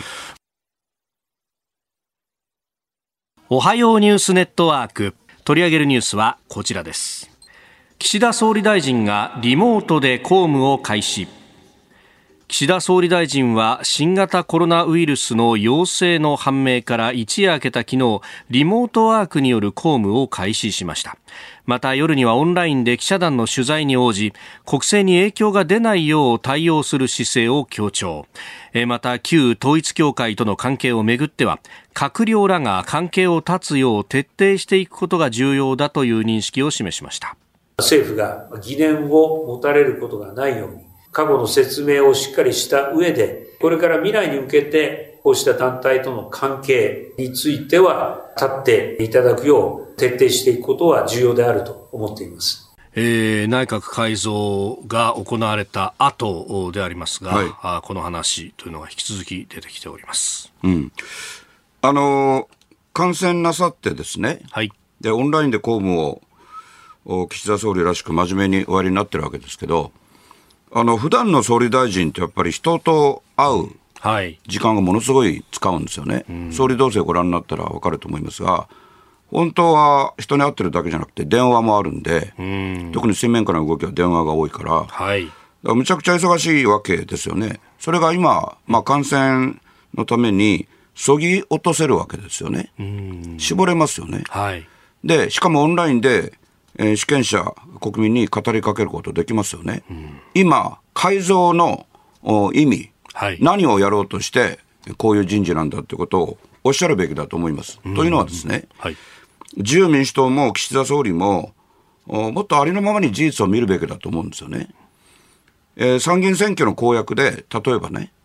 おはようニュースネットワーク、取り上げるニュースはこちらです。岸田総理大臣がリモートで公務を開始。岸田総理大臣は新型コロナウイルスの陽性の判明から一夜明けた昨日、リモートワークによる公務を開始しました。また夜にはオンラインで記者団の取材に応じ、国政に影響が出ないよう対応する姿勢を強調。また旧統一教会との関係をめぐっては、閣僚らが関係を断つよう徹底していくことが重要だという認識を示しました。 政府が疑念を持たれることがないように、過去の説明をしっかりした上で、これから未来に向けてこうした団体との関係については立っていただくよう徹底していくことは重要であると思っています。 えー、内閣改造が行われた後でありますが、はい、あこの話というのが引き続き出てきております。 うん、あの感染なさってですね、はい、でオンラインで公務を岸田総理らしく真面目におやりになってるわけですけど、あの普段の総理大臣ってやっぱり人と会う時間がものすごい使うんですよね。はい、総理同棲をご覧になったら分かると思いますが、本当は人に会ってるだけじゃなくて電話もあるんで、ん特に水面下の動きは電話が多いから、はい、だからむちゃくちゃ忙しいわけですよね。それが今、まあ、感染のためにそぎ落とせるわけですよね。絞れますよね。はい、でしかもオンラインでえー、主権者国民に語りかけることできますよね。うん、今改造の意味、はい、何をやろうとしてこういう人事なんだということをおっしゃるべきだと思います。うん、というのはですね、はい、自由民主党も岸田総理ももっとありのままに事実を見るべきだと思うんですよね。えー、参議院選挙の公約で例えばね、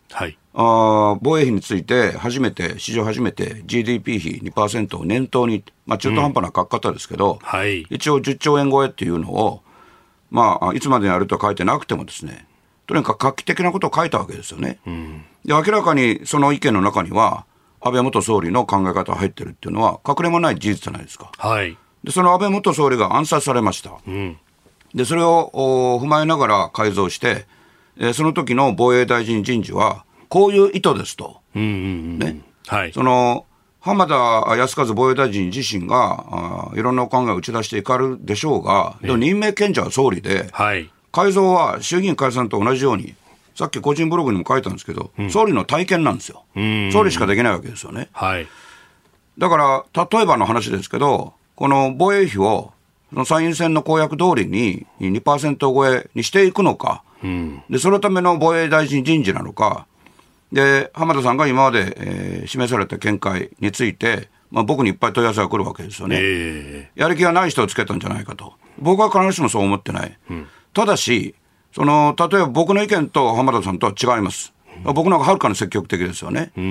はい、 あ防衛費について初めて史上初めて ジーディーピー 比 にパーセント を念頭に、まあ、中途半端な書き方ですけど、 うんはい、 一応じゅっちょうえん超えっていうのを、まあ、いつまでにやると書いてなくてもですね、とにかく画期的なことを書いたわけですよね、うん、で明らかにその意見の中には安倍元総理の考え方が入ってるっていうのは隠れもない事実じゃないですか、 はい、 でその安倍元総理が暗殺されました、うん、でそれを踏まえながら改造して、えー、その時の防衛大臣人事はこういう意図ですと、うんうんうんねはい、その浜田靖一防衛大臣自身がいろんなお考えを打ち出していかるでしょうが、でも任命権者は総理で、はい、改造は衆議院解散と同じように、さっき個人ブログにも書いたんですけど、うん、総理の体験なんですよ、総理しかできないわけですよね、はい、だから例えばの話ですけど、この防衛費をその参院選の公約通りに にパーセント 超えにしていくのか、うん、でそのための防衛大臣人事なのかで、浜田さんが今まで、えー、示された見解について、まあ、僕にいっぱい問い合わせが来るわけですよね、えー、やる気がない人をつけたんじゃないかと。僕は必ずしもそう思ってない、うん、ただしその例えば僕の意見と浜田さんとは違います、うん、僕の方がはるかに積極的ですよね、うん、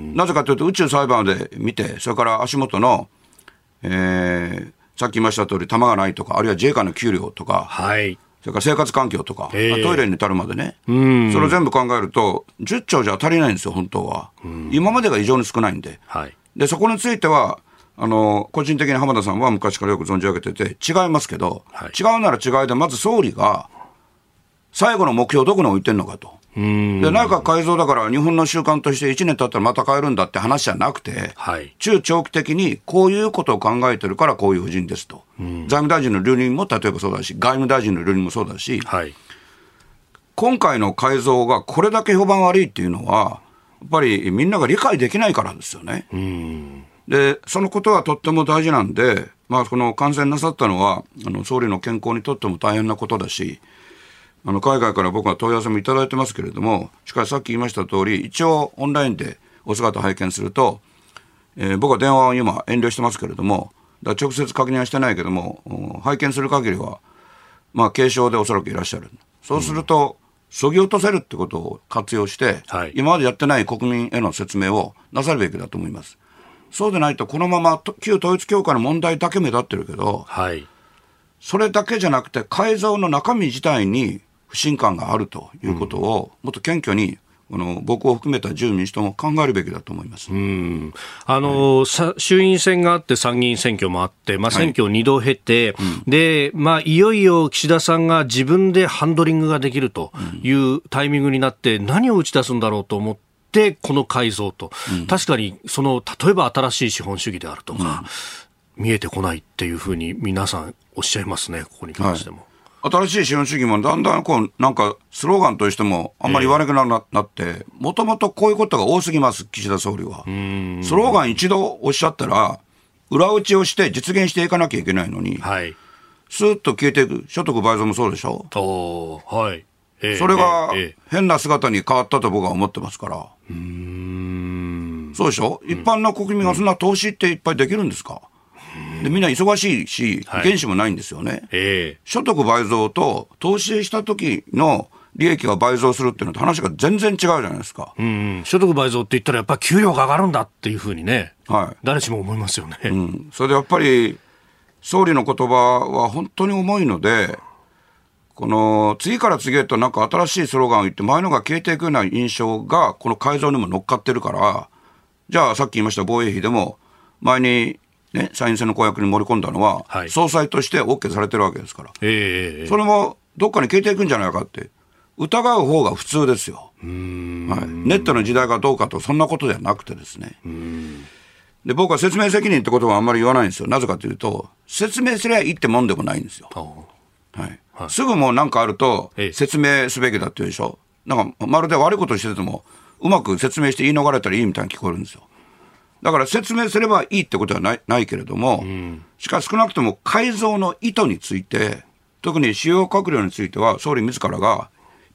なぜかというと宇宙裁判で見て、それから足元の、えー、さっき言いました通り弾がないとか、あるいは自衛官の給料とか、はいそれから生活環境とか、トイレに至るまでね、それを全部考えるとじゅっちょうじゃ足りないんですよ本当は、今までが異常に少ないんで、はい、でそこについてはあの個人的に浜田さんは昔からよく存じ上げてて違いますけど、はい、違うなら違いで、まず総理が最後の目標をどこに置いてるのかと。で内閣改造だから日本の習慣としていちねん経ったらまた変えるんだって話じゃなくて、はい、中長期的にこういうことを考えてるからこういう布陣ですと、財務大臣の留任も例えばそうだし、外務大臣の留任もそうだし、はい、今回の改造がこれだけ評判悪いっていうのはやっぱりみんなが理解できないからですよね。うんでそのことはとっても大事なんで、まあ、この感染なさったのはあの総理の健康にとっても大変なことだし、あの海外から僕は問い合わせもいただいてますけれども、しかしさっき言いました通り、一応オンラインでお姿を拝見すると、えー、僕は電話を今遠慮してますけれども、だ直接確認はしてないけども、拝見する限りは、まあ、軽症でおそらくいらっしゃる。そうすると、そぎ落とせるってことを活用して、はい、今までやってない国民への説明をなさるべきだと思います。そうでないとこのまま旧統一教会の問題だけ目立ってるけど、はい、それだけじゃなくて改造の中身自体に不信感があるということを、もっと謙虚にこの僕を含めた自由民主党も考えるべきだと思います。 うんあの、はい、衆院選があって参議院選挙もあって、まあ、選挙をにど経て、はいうんでまあ、いよいよ岸田さんが自分でハンドリングができるというタイミングになって、何を打ち出すんだろうと思ってこの改造と、うん、確かにその例えば新しい資本主義であるとか、うん、見えてこないっていうふうに皆さんおっしゃいますね、ここに関しても。はい新しい資本主義もだんだんこうなんかスローガンとしてもあんまり言わなくなって、もともとこういうことが多すぎます、岸田総理は。スローガン一度おっしゃったら裏打ちをして実現していかなきゃいけないのに、はい、スーッと消えていく。所得倍増もそうでしょ。お、はいえー、それが変な姿に変わったと僕は思ってますから。うーんそうでしょ、うん、一般の国民がそんな投資っていっぱいできるんですか。でみんな忙しいし原資もないんですよね、はいえー、所得倍増と投資した時の利益が倍増するっていうのと話が全然違うじゃないですか。 うん、所得倍増って言ったらやっぱり給料が上がるんだっていうふうにね、はい、誰しも思いますよね、うん、 それでやっぱり総理の言葉は本当に重いので、この次から次へとなんか新しいスローガンを言って前のが消えていくような印象がこの改造にも乗っかってるから、じゃあさっき言いました防衛費でも前にね、参院選の公約に盛り込んだのは、はい、総裁として OK されてるわけですから、えー、それもどっかに消えていくんじゃないかって疑う方が普通ですよ。うーん、はい、ネットの時代がどうかとそんなことではなくてですね。うーんで僕は説明責任ってことはあんまり言わないんですよ。なぜかというと説明すればいいってもんでもないんですよ、はいはい、すぐもう何かあると説明すべきだっていうでしょ。なんかまるで悪いことしててもうまく説明して言い逃れたらいいみたいに聞こえるんですよ。だから説明すればいいってことはない、ないけれども、うん、しかし少なくとも改造の意図について、特に主要閣僚については総理自らが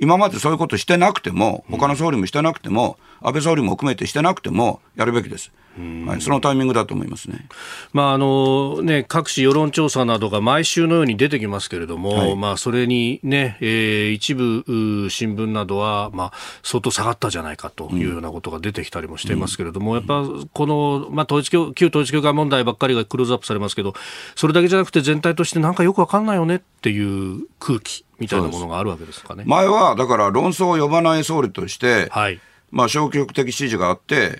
今までそういうことしてなくても、他の総理もしてなくても、うん、安倍総理も含めてしてなくてもやるべきです。はい、そのタイミングだと思いますね。 まああのね、各種世論調査などが毎週のように出てきますけれども、はい、まあ、それに、ねえー、一部新聞などは、まあ、相当下がったじゃないかというようなことが出てきたりもしていますけれども、うん、やっぱこの、まあ、統一教旧統一教会問題ばっかりがクローズアップされますけど、それだけじゃなくて全体としてなんかよくわかんないよねっていう空気みたいなものがあるわけですかね。 前はだから論争を呼ばない総理として、 はい、 まあ、消極的支持があって、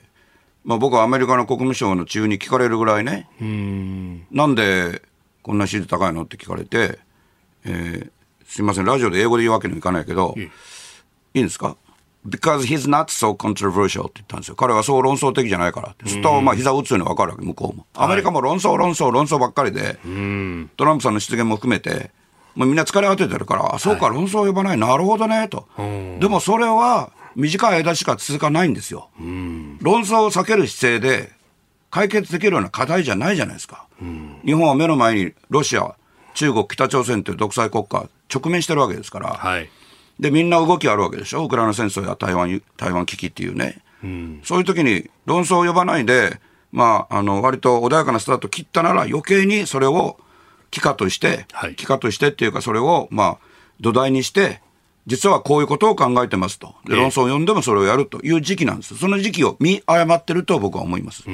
まあ、僕はアメリカの国務省の中に聞かれるぐらいね、うーんなんでこんな支持高いのって聞かれて、えー、すいませんラジオで英語で言うわけにもいかないけど、いい、いいんですか Because he's not so controversial って言ったんですよ。彼はそう論争的じゃないからって。するとまあ膝を打つように分かるわけ、向こうも。アメリカも論争論争論争ばっかりで、トランプさんの失言も含めてもうみんな疲れ果ててるから、あ、そうか、論争を呼ばない、なるほどねと。でもそれは短い間しか続かないんですよ。論争を避ける姿勢で解決できるような課題じゃないじゃないですか。日本は目の前にロシア、中国、北朝鮮という独裁国家直面してるわけですから、はい、でみんな動きあるわけでしょ。ウクライナ戦争や台湾、台湾危機っていうね、うん、そういう時に論争を呼ばないで、まあ、あの割と穏やかなスタートを切ったなら余計にそれを機化として、はい、機化としてっていうかそれをまあ土台にして実はこういうことを考えてますと。で論争を呼んでもそれをやるという時期なんです。その時期を見誤ってると僕は思います。 うん、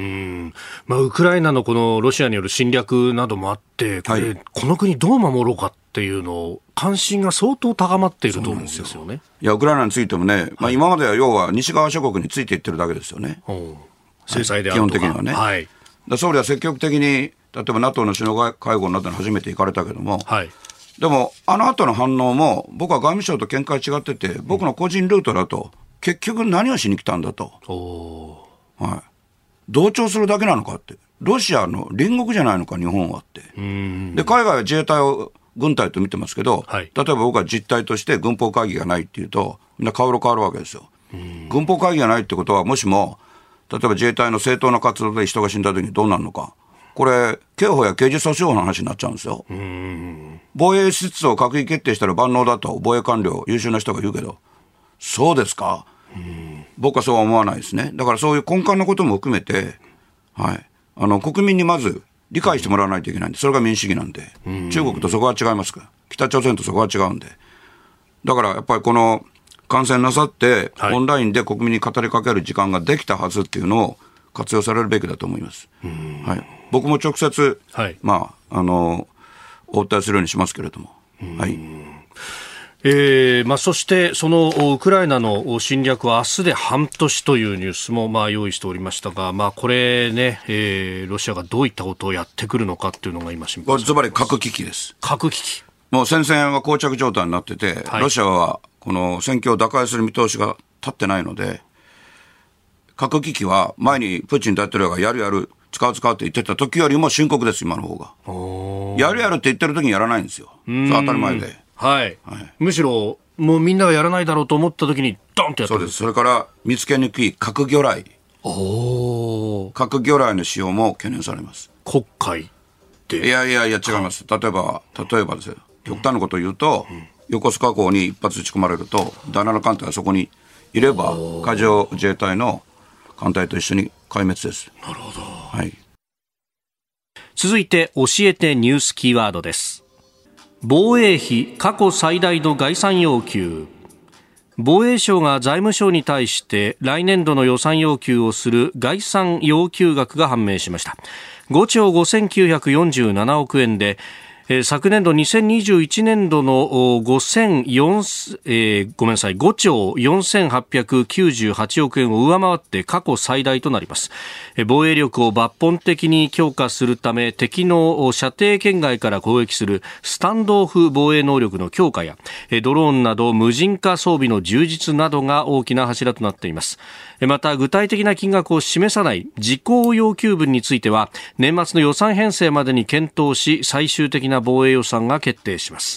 まあ、ウクライナのこのロシアによる侵略などもあってこれ、はい、この国どう守ろうかっていうのを関心が相当高まっていると思うんですよね。 いやウクライナについてもね、まあ、今までは要は西側諸国についていってるだけですよね、はい、 制裁であるとか、 基本的にはね、はい、だ総理は積極的に例えば ナトー の首脳会合になったの初めて行かれたけども、はい、でもあの後の反応も僕は外務省と見解違ってて、僕の個人ルートだと結局何をしに来たんだと、うんはい、同調するだけなのかって。ロシアの隣国じゃないのか日本はって。うんで海外は自衛隊を軍隊と見てますけど、はい、例えば僕は実態として軍法会議がないっていうとみんな顔色変わるわけですよ。軍法会議がないってことはもしも例えば自衛隊の正当な活動で人が死んだ時にどうなるのか、これ刑法や刑事訴訟法の話になっちゃうんですよ。うーん防衛施設を閣議決定したら万能だと防衛官僚優秀な人が言うけど、そうですか。うん僕はそうは思わないですね。だからそういう根幹のことも含めて、はい、あの国民にまず理解してもらわないといけないんで、それが民主主義なんで、中国とそこは違いますから、北朝鮮とそこは違うんで、だからやっぱりこの感染なさって、はい、オンラインで国民に語りかける時間ができたはずっていうのを活用されるべきだと思います。はい、僕も直接、はいまあ、あのお訴えするようにしますけれども、はいえーまあ、そしてそのウクライナの侵略は明日で半年というニュースもまあ用意しておりましたが、まあ、これね、えー、ロシアがどういったことをやってくるのかっていうのが今心配です。 つまり核危機です。 核危機、 もう戦線は膠着状態になってて、はい、ロシアはこの戦況を打開する見通しが立ってないので、核危機は前にプーチン大統領がやるやる使う使うって言ってた時よりも深刻です。今の方がやるやるって言ってる時にやらないんですよ。それ当たり前で、はいはい、むしろもうみんながやらないだろうと思った時にドンってやってる。 そうです。それから見つけにくい核魚雷、お核魚雷の使用も懸念されます。 黒海でいやいやいや違います。例えば例えばですよ、極端なことを言うと、うん、横須賀港に一発撃ち込まれると第七艦隊がそこにいれば海上自衛隊の艦隊と一緒に壊滅です。 なるほど、 はい、 続いて教えてニュースキーワードです。防衛費過去最大の概算要求。防衛省が財務省に対して来年度の予算要求をする概算要求額が判明しました。ごちょうごせんきゅうひゃくよんじゅうななおくえんで、えー、昨年度にせんにじゅういちねんどのごせんよん、えー、ごめんなさいごちょうよんせんはっぴゃくきゅうじゅうはちおくえんを上回って過去最大となります。えー、防衛力を抜本的に強化するため敵の射程圏外から攻撃するスタンドオフ防衛能力の強化や、えー、ドローンなど無人化装備の充実などが大きな柱となっています。また具体的な金額を示さない事項要求分については年末の予算編成までに検討し最終的な防衛予算が決定します。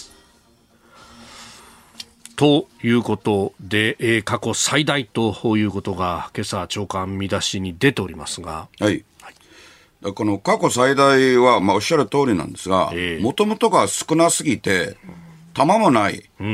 ということで、えー、過去最大ということが今朝朝刊見出しに出ておりますが、 はい、はい、この過去最大は、まあ、おっしゃる通りなんですが、もともとが少なすぎて弾もない、うん、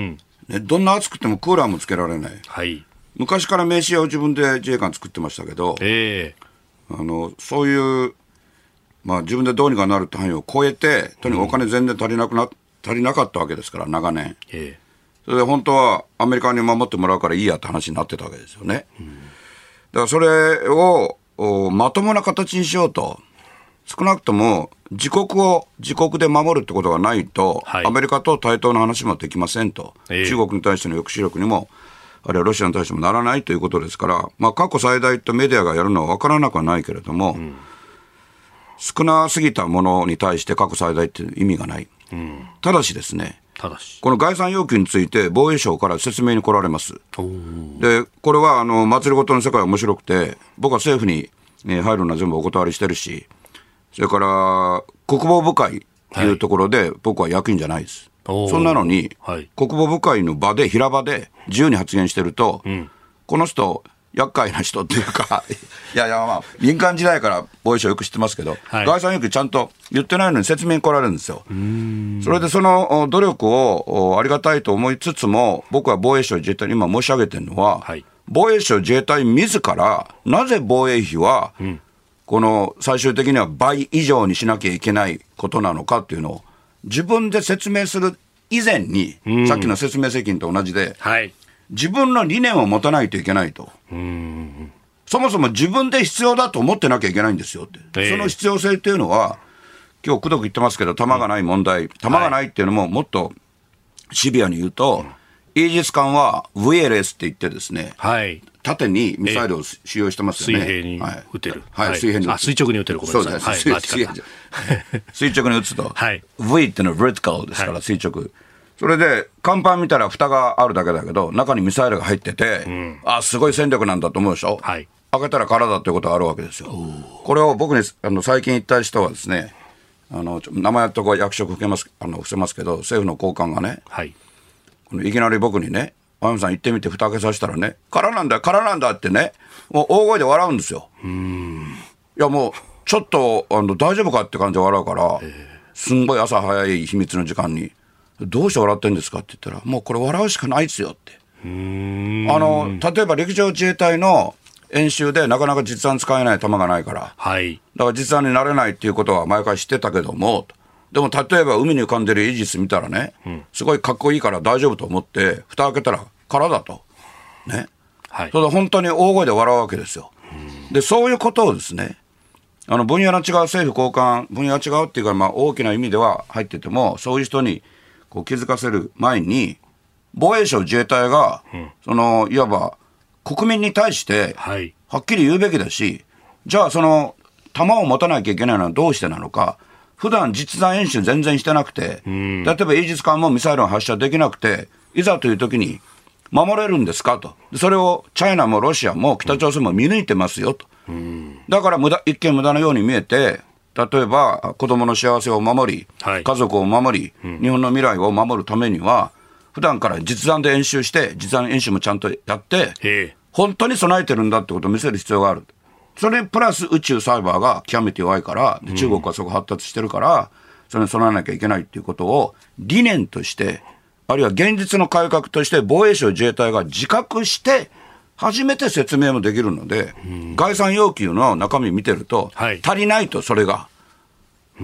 ね、どんな暑くてもクーラーもつけられない、 はい、 昔から名刺屋を自分で自衛官作ってましたけど、えー、あのそういう、まあ、自分でどうにかなるって範囲を超えて、とにかくお金全然足りなくな、足りなかったわけですから、長年、えー、それで本当はアメリカに守ってもらうからいいやって話になってたわけですよね、うん、だからそれをまともな形にしようと、少なくとも自国を自国で守るってことがないと、はい、アメリカと対等の話もできませんと、えー、中国に対しての抑止力にも、あるいはロシアに対してもならないということですから、まあ、過去最大とメディアがやるのは分からなくはないけれども、うん、少なすぎたものに対して過去最大っていう意味がない、うん、ただしですね、ただしこの概算要求について防衛省から説明に来られます。でこれはあの祭りごとの世界は面白くて、僕は政府に、ね、入るのは全部お断りしてるし、それから国防部会というところで僕は役員じゃないです、はい、そんなのに、はい、国防部会の場で平場で自由に発言してると、うん、この人厄介な人っていうかいやいや、まあ民間時代から防衛省よく知ってますけど、はい、概算要求ちゃんと言ってないのに説明に来られるんですよ。うーん、それでその努力をありがたいと思いつつも、僕は防衛省自衛隊に今申し上げてるのは、はい、防衛省自衛隊自らなぜ防衛費は、うん、この最終的には倍以上にしなきゃいけないことなのかっていうのを自分で説明する以前に、さっきの説明責任と同じで、はい、自分の理念を持たないといけないと。うーん、そもそも自分で必要だと思ってなきゃいけないんですよって、えー、その必要性っていうのは、今日くどく言ってますけど、弾がない問題、うん、弾がないっていうのももっとシビアに言うと、イージス艦は ブイエルエス って言ってですね、はい、縦にミサイルを使用してますよね。 水平に撃てる、 はいはい、水平に撃つ、あ、 垂直に撃てる、ごめんなさい、そうです、はい、 水, 水直に撃つと、はい、V っていうのは vertical ですから、はい、垂直。それで甲板見たら蓋があるだけだけど、中にミサイルが入ってて、うん、あ、すごい戦力なんだと思うでしょ、はい、開けたら空だということがあるわけですよ。これを僕にあの最近言った人はですね、あの名前とこ役職伏せます、あの伏せますけど、政府の高官がね、はい、このいきなり僕にね、青山さん行ってみて蓋開けさせたらね、空なんだ空なんだってね、もう大声で笑うんですよ。うーん、いやもうちょっとあの大丈夫かって感じで笑うから、すんごい朝早い秘密の時間に、どうして笑ってんですかって言ったら、もうこれ笑うしかないですよって。うーん、あの例えば陸上自衛隊の演習でなかなか実弾使えない弾がないから、はい、だから実弾になれないっていうことは毎回知ってたけども、でも例えば海に浮かんでるイージス見たらね、うん、すごいかっこいいから大丈夫と思って蓋開けたら空だとね、はい、それで本当に大声で笑うわけですよ。でそういうことをですね、あの分野の違う政府高官、分野が違うっていうか、まあ大きな意味では入ってても、そういう人にこう気づかせる前に、防衛省自衛隊が、うん、そのいわば国民に対してはっきり言うべきだし、じゃあその弾を持たなきゃいけないのはどうしてなのか。普段実弾演習全然してなくて、うん、例えばイージス艦もミサイルを発射できなくて、いざという時に守れるんですかと。それをチャイナもロシアも北朝鮮も見抜いてますよと、うん、だから無駄一見無駄なように見えて、例えば子どもの幸せを守り、はい、家族を守り、うん、日本の未来を守るためには普段から実弾で演習して、実弾演習もちゃんとやって本当に備えてるんだってことを見せる必要がある。それプラス宇宙サイバーが極めて弱いから、で中国はそこ発達してるから、うん、それに備えなきゃいけないっていうことを理念として、あるいは現実の改革として防衛省自衛隊が自覚して初めて説明もできるので、うん、概算要求の中身見てると、はい、足りないと。それが、うん、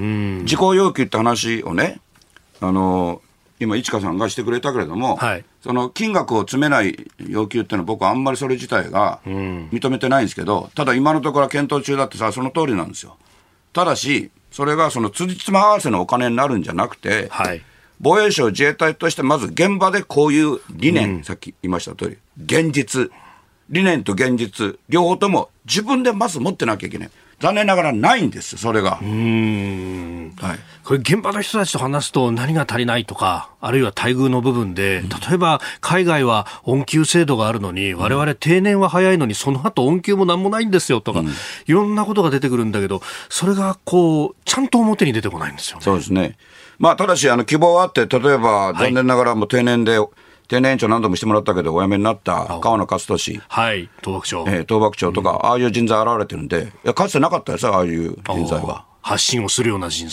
事項要求って話をね、あの今市川さんがしてくれたけれども、はい、その金額を詰めない要求っていうのは僕はあんまりそれ自体が認めてないんですけど、ただ今のところは検討中だってさ、その通りなんですよ。ただしそれがその辻褄合わせのお金になるんじゃなくて、はい、防衛省自衛隊としてまず現場でこういう理念、うん、さっき言いました通り現実、理念と現実両方とも自分でまず持ってなきゃいけない。残念ながらないんです、それが。うーん、はい、 これ現場の人たちと話すと何が足りないとか、あるいは待遇の部分で、例えば海外は恩給制度があるのに、我々定年は早いのにその後恩給もなんもないんですよとか、うん、いろんなことが出てくるんだけど、それがこうちゃんと表に出てこないんですよね。 そうですね。まあ、ただしあの希望はあって、例えば残念ながらもう定年で、はい、定年延長何度もしてもらったけどお辞めになった川野勝利、 はい、東幕長、 えー、東幕長とか、うん、ああいう人材現れてるんで、いやかつてなかったですよ、ああいう人材は。 発信をするような人材、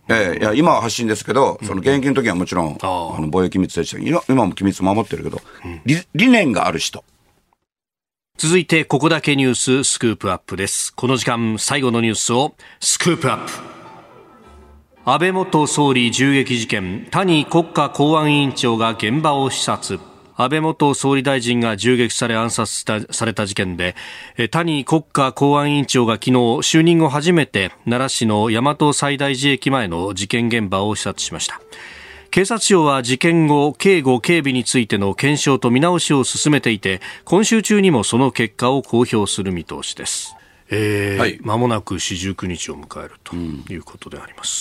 えー、いや今は発信ですけど、その現役の時はもちろん、うん、あの防衛機密でしたけど、今も機密守ってるけど、うん、理, 理念がある人。 続いてここだけニューススクープアップです。この時間最後のニュースをスクープアップ。安倍元総理銃撃事件、谷国家公安委員長が現場を視察。安倍元総理大臣が銃撃され暗殺したされた事件で、谷国家公安委員長が昨日就任後初めて奈良市の大和西大寺駅前の事件現場を視察しました。警察庁は事件後、警護警備についての検証と見直しを進めていて、今週中にもその結果を公表する見通しです。えーはい、間もなく四十九日を迎えるということであります。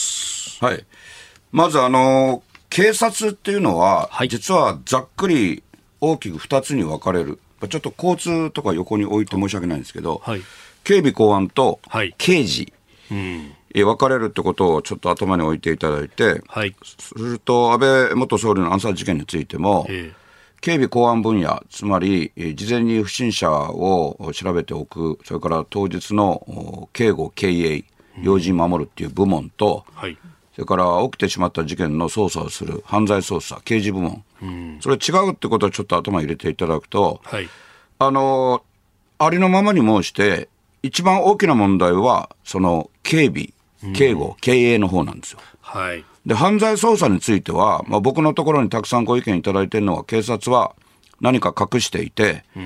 うん、はい。まずあの警察っていうのは、はい、実はざっくり大きくふたつに分かれる。ちょっと交通とか横に置いて申し訳ないんですけど、はい、警備公安と刑事、はい、うん分かれるってことをちょっと頭に置いていただいて、はい、すると安倍元総理の暗殺事件についても、えー、警備公安分野、つまり事前に不審者を調べておく、それから当日の警護経営、要人守るっていう部門と、うんはい、それから起きてしまった事件の捜査をする犯罪捜査刑事部門、うん、それ違うってことをちょっと頭に入れていただくと、はい、あのありのままに申して一番大きな問題はその警備警護、うん、経営の方なんですよ。はい、で犯罪捜査については、まあ、僕のところにたくさんご意見いただいているのは、警察は何か隠していて、うん、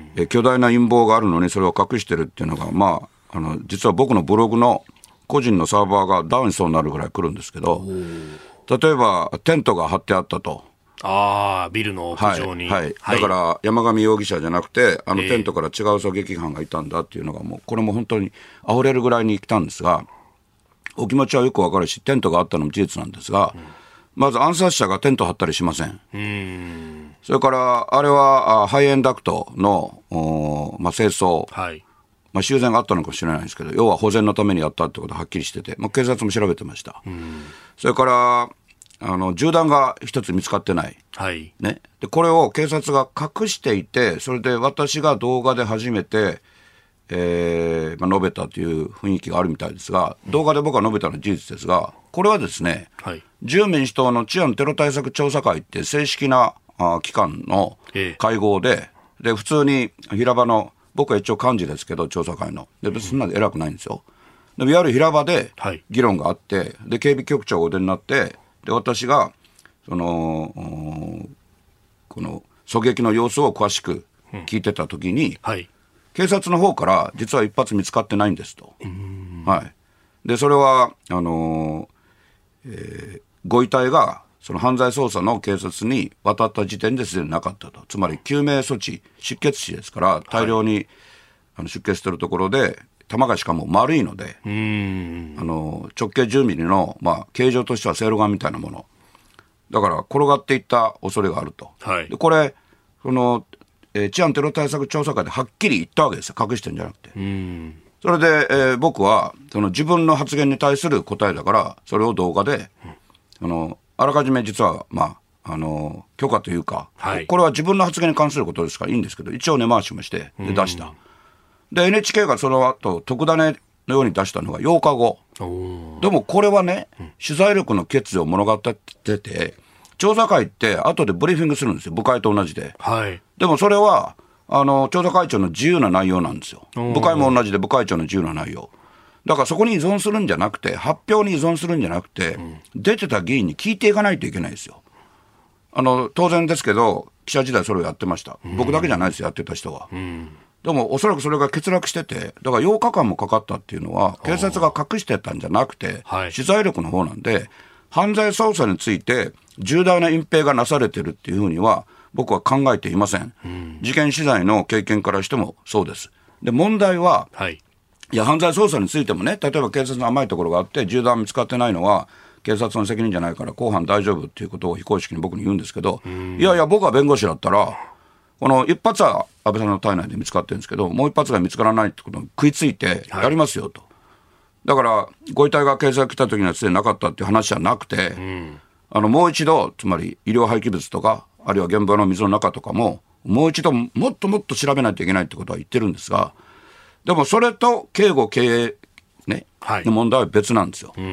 え巨大な陰謀があるのにそれを隠してるっていうのが、まあ、あの実は僕のブログの個人のサーバーがダウンしそうになるぐらい来るんですけど、例えばテントが張ってあったと。 あビルの屋上に、 はいはい、だから山上容疑者じゃなくてあのテントから違う狙撃犯がいたんだっていうのが、もうこれも本当に溢れるぐらいに来たんですが、お気持ちはよくわかるしテントがあったのも事実なんですが、うん、まず暗殺者がテント張ったりしません。うーんそれからあれは肺炎ダクトの、まあ、清掃、はいまあ、修繕があったのかもしれないですけど、要は保全のためにやったってことははっきりしてて、まあ、警察も調べてました。うんそれからあの銃弾が一つ見つかってない、はいね、でこれを警察が隠していて、それで私が動画で初めてえーまあ、述べたという雰囲気があるみたいですが、動画で僕は述べたのは事実ですが、これはですね、はい、自由民主党の治安テロ対策調査会って正式なあ機関の会合で、えー、で普通に平場の、僕は一応幹事ですけど調査会ので別にそんなに偉くないんですよ。でいわゆる平場で議論があって、はい、で警備局長がお出になって、で私がそのこの狙撃の様子を詳しく聞いてたときに、うんはい警察の方から実は一発見つかってないんですと。はい、でそれはあのーえー、ご遺体がその犯罪捜査の警察に渡った時点ですでになかったと。つまり救命措置、出血死ですから大量に、はい、あの出血しているところで弾がしかも丸いので、うーんあの直径じゅうミリの、まあ、形状としてはセいろがんみたいなものだから転がっていった恐れがあると。はい、でこれそのえー、治安テロ対策調査会ではっきり言ったわけですよ、隠してるんじゃなくて。うんそれで、えー、僕はその自分の発言に対する答えだから、それを動画で、うん、あのあらかじめ実は、まあ、あの許可というか、はい、これは自分の発言に関することですからいいんですけど、一応根回しもしてで出した。で エヌエイチケー がその後特ダネのように出したのがようかご。でもこれはね、うん、取材力の欠如を物語ってて、調査会って後でブリーフィングするんですよ、部会と同じで。はい、でもそれはあの調査会長の自由な内容なんですよ。部会も同じで部会長の自由な内容だから、そこに依存するんじゃなくて、発表に依存するんじゃなくて、うん、出てた議員に聞いていかないといけないですよ。あの当然ですけど記者時代それをやってました、うん、僕だけじゃないですよ、やってた人は、うん、でもおそらくそれが欠落してて、だからようかかんもかかったっていうのは警察が隠してたんじゃなくて、はい、取材力の方なんで、犯罪捜査について重大な隠蔽がなされているっていうふうには僕は考えていません、うん、事件取材の経験からしてもそうです。で問題は、はい、いや犯罪捜査についてもね、例えば警察の甘いところがあって銃弾見つかってないのは警察の責任じゃないから公判大丈夫っていうことを非公式に僕に言うんですけど、うん、いやいや僕は弁護士だったらこの一発は安倍さんの体内で見つかってるんですけど、もう一発が見つからないってことに食いついてやりますよと、はい、だからご遺体が警察が来た時にはすでになかったっていう話じゃなくて、うん、あのもう一度、つまり医療廃棄物とかあるいは現場の水の中とかももう一度もっともっと調べないといけないってことは言ってるんですが、でもそれと警護経営、ねはい、の問題は別なんですよ、うん、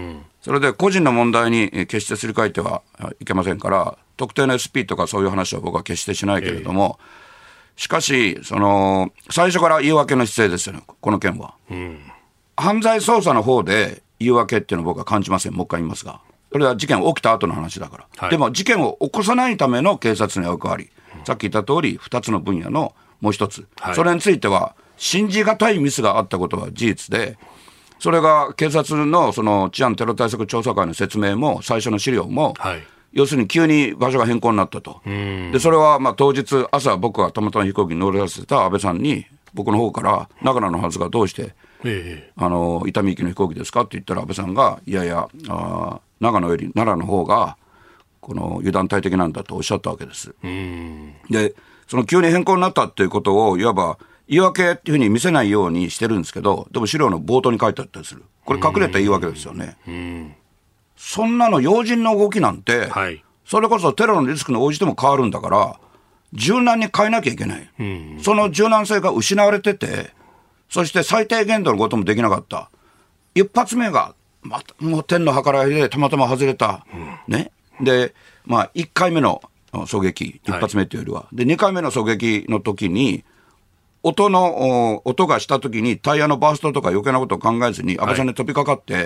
それで個人の問題に決してすり替えてはいけませんから、特定の エスピー とかそういう話は僕は決してしないけれども、えー、しかしその最初から言い訳の姿勢ですよね、この件は、うん、犯罪捜査の方で言い訳っていうのは僕は感じません。もう一回言いますが、それは事件起きた後の話だから、はい、でも事件を起こさないための警察の役割、うん、さっき言った通りふたつの分野のもう一つ、はい、それについては信じがたいミスがあったことは事実で、それが警察 の, その治安テロ対策調査会の説明も最初の資料も、はい、要するに急に場所が変更になったと。でそれはまあ当日朝僕がたまたま飛行機に乗り合わせた安倍さんに僕の方から長野のはずがどうして、ええ、あの伊丹行きの飛行機ですかって言ったら安倍さんがいやいやあ長野より奈良の方がこの油断大敵なんだとおっしゃったわけです。うんでその急に変更になったっていうことをいわば言い訳っていうふうに見せないようにしてるんですけど、でも資料の冒頭に書いてあったりする。これ隠れた言い訳ですよね。うん、そんなの要人の動きなんて、はい、それこそテロのリスクに応じても変わるんだから柔軟に変えなきゃいけない、うん、その柔軟性が失われてて、そして最低限度のこともできなかった。一発目が、ま、もう天の計らいでたまたま外れた、うんね、で、まあ、いっかいめの狙撃、一発目というよりは、はい、でにかいめの狙撃の時に音の音がした時にタイヤのバーストとか余計なことを考えずに安倍さんに飛びかかって、はい、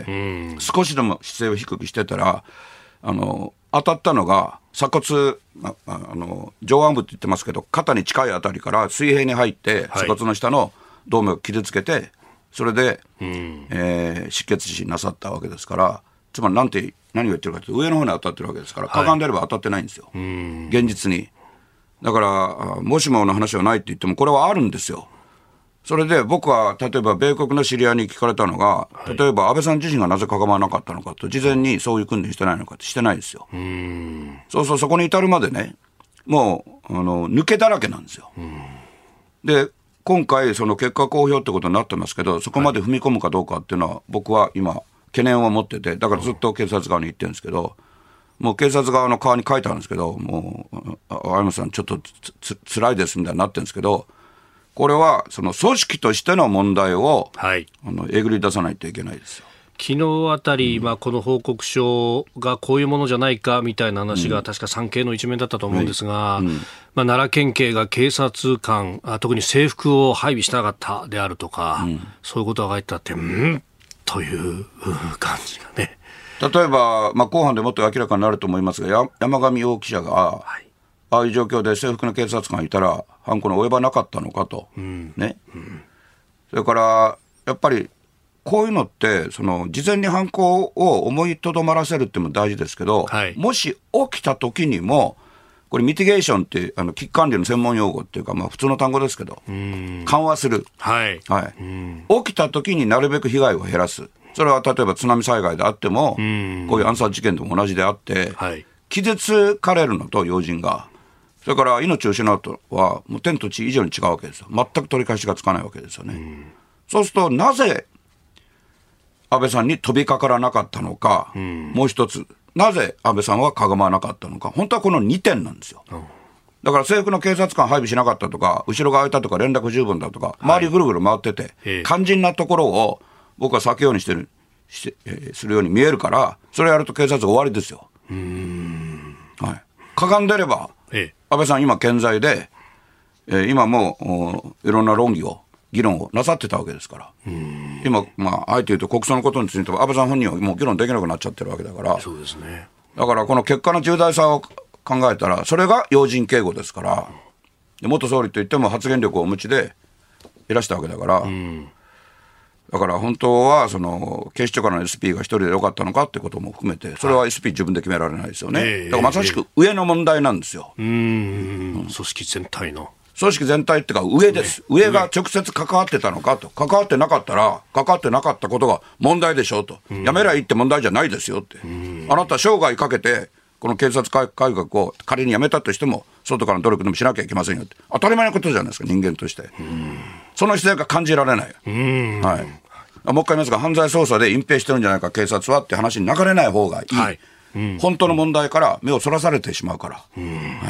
少しでも姿勢を低くしてたらあの当たったのが鎖骨 あ, あの上腕部って言ってますけど肩に近いあたりから水平に入って鎖骨の下の動脈を傷つけて、それで、うんえー、失血死なさったわけですから、つまりなんて何を言ってるかというと上の方に当たってるわけですから、かがんでれば当たってないんですよ、はい、現実に。だからもしもの話はないって言ってもこれはあるんですよ。それで僕は例えば米国の知り合いに聞かれたのが、例えば安倍さん自身がなぜかがまなかったのかと、事前にそういう訓練してないのかってしてないですよ。うーんそうそう、そこに至るまでね、もうあの抜けだらけなんですよ。で今回その結果公表ってことになってますけど、そこまで踏み込むかどうかっていうのは僕は今懸念を持ってて、だからずっと警察側に言ってるんですけど、もう警察側の側に書いてあるんですけど、もう青山さんちょっとつつ辛いですみたいになってるんですけど、これはその組織としての問題を、はい、あのえぐり出さないといけないですよ。 昨日あたり、うんまあ、この報告書がこういうものじゃないかみたいな話が確か産経の一面だったと思うんですが、うんうんまあ、奈良県警が警察官あ特に制服を配備しなかったであるとか、うん、そういうことが書いてあってうんという感じがね。 例えば、まあ、後半でもっと明らかになると思いますが、山上容疑者が、はい、ああいう状況で制服の警察官がいたら犯行に及ばなかったのかと、うんねうん、それからやっぱりこういうのってその事前に犯行を思いとどまらせるっていうのも大事ですけど、はい、もし起きた時にもこれミティゲーションってあの危機管理の専門用語っていうか、まあ、普通の単語ですけど緩和する、はいはい、起きた時になるべく被害を減らす。それは例えば津波災害であってもこういう暗殺事件でも同じであって、はい、傷つかれるのと要人が、それから命を失うとはもう天と地以上に違うわけですよ。全く取り返しがつかないわけですよね。うそうするとなぜ安倍さんに飛びかからなかったのか、もう一つなぜ安倍さんはかがまなかったのか、本当はこのにてんなんですよ。だから制服の警察官配備しなかったとか後ろが空いたとか連絡十分だとか、周りぐるぐる回ってて、はい、肝心なところを僕は避けようにしてるして、えー、するように見えるから、それやると警察終わりですよ。うーん、はい、かがんでれば、ええ、安倍さん今健在で、えー、今もいろんな論議を議論をなさってたわけですから、うーん今、まあ、あえて言うと国葬のことについては安倍さん本人はもう議論できなくなっちゃってるわけだから。 そうですね。 だからこの結果の重大さを考えたらそれが要人警護ですから、で元総理といっても発言力をお持ちでいらしたわけだから、うんだから本当はその警視庁からの エスピー が一人でよかったのかってことも含めて、それは エスピー 自分で決められないですよね、はい、だからまさしく上の問題なんですよ。うーん、 うん、組織全体の組織全体っていうか上です、ね、上が直接関わってたのかと、関わってなかったら関わってなかったことが問題でしょうと、うん、やめりゃいいって問題じゃないですよって、うん、あなた生涯かけてこの警察改革を仮にやめたとしても外からの努力でもしなきゃいけませんよって、当たり前のことじゃないですか人間として。うんその姿勢が感じられない、うんはい、もう一回言いますが犯罪捜査で隠蔽してるんじゃないか警察はって話に流れない方がいい、はいうん、本当の問題から目をそらされてしまうから、うんはい、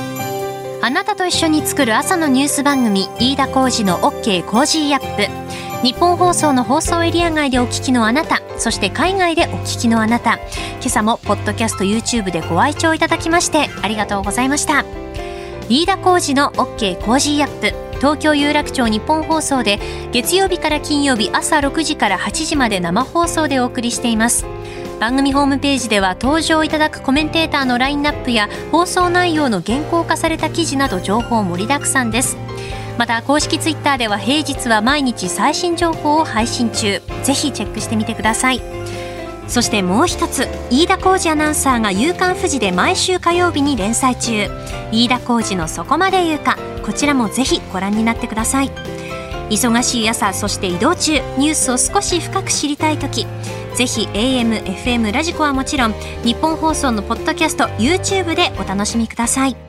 あなたと一緒に作る朝のニュース番組飯田浩司の OK コージーアップ。 日本放送の放送エリア外でお聞きのあなた、そして海外でお聞きのあなた、今朝もポッドキャスト YouTube でご愛聴いただきましてありがとうございました。飯田浩司の OK コージーアップ、東京有楽町日本放送で月曜日から金曜日朝ろくじからはちじまで生放送でお送りしています。番組ホームページでは登場いただくコメンテーターのラインナップや放送内容の原稿化された記事など情報盛りだくさんです。また公式ツイッターでは平日は毎日最新情報を配信中、ぜひチェックしてみてください。そしてもう一つ、飯田浩司アナウンサーが夕刊フジで毎週火曜日に連載中、飯田浩司のそこまで言うか、こちらもぜひご覧になってください。忙しい朝、そして移動中、ニュースを少し深く知りたいとき、ぜひ エーエム、エフエム ラジコはもちろん日本放送のポッドキャスト YouTube でお楽しみください。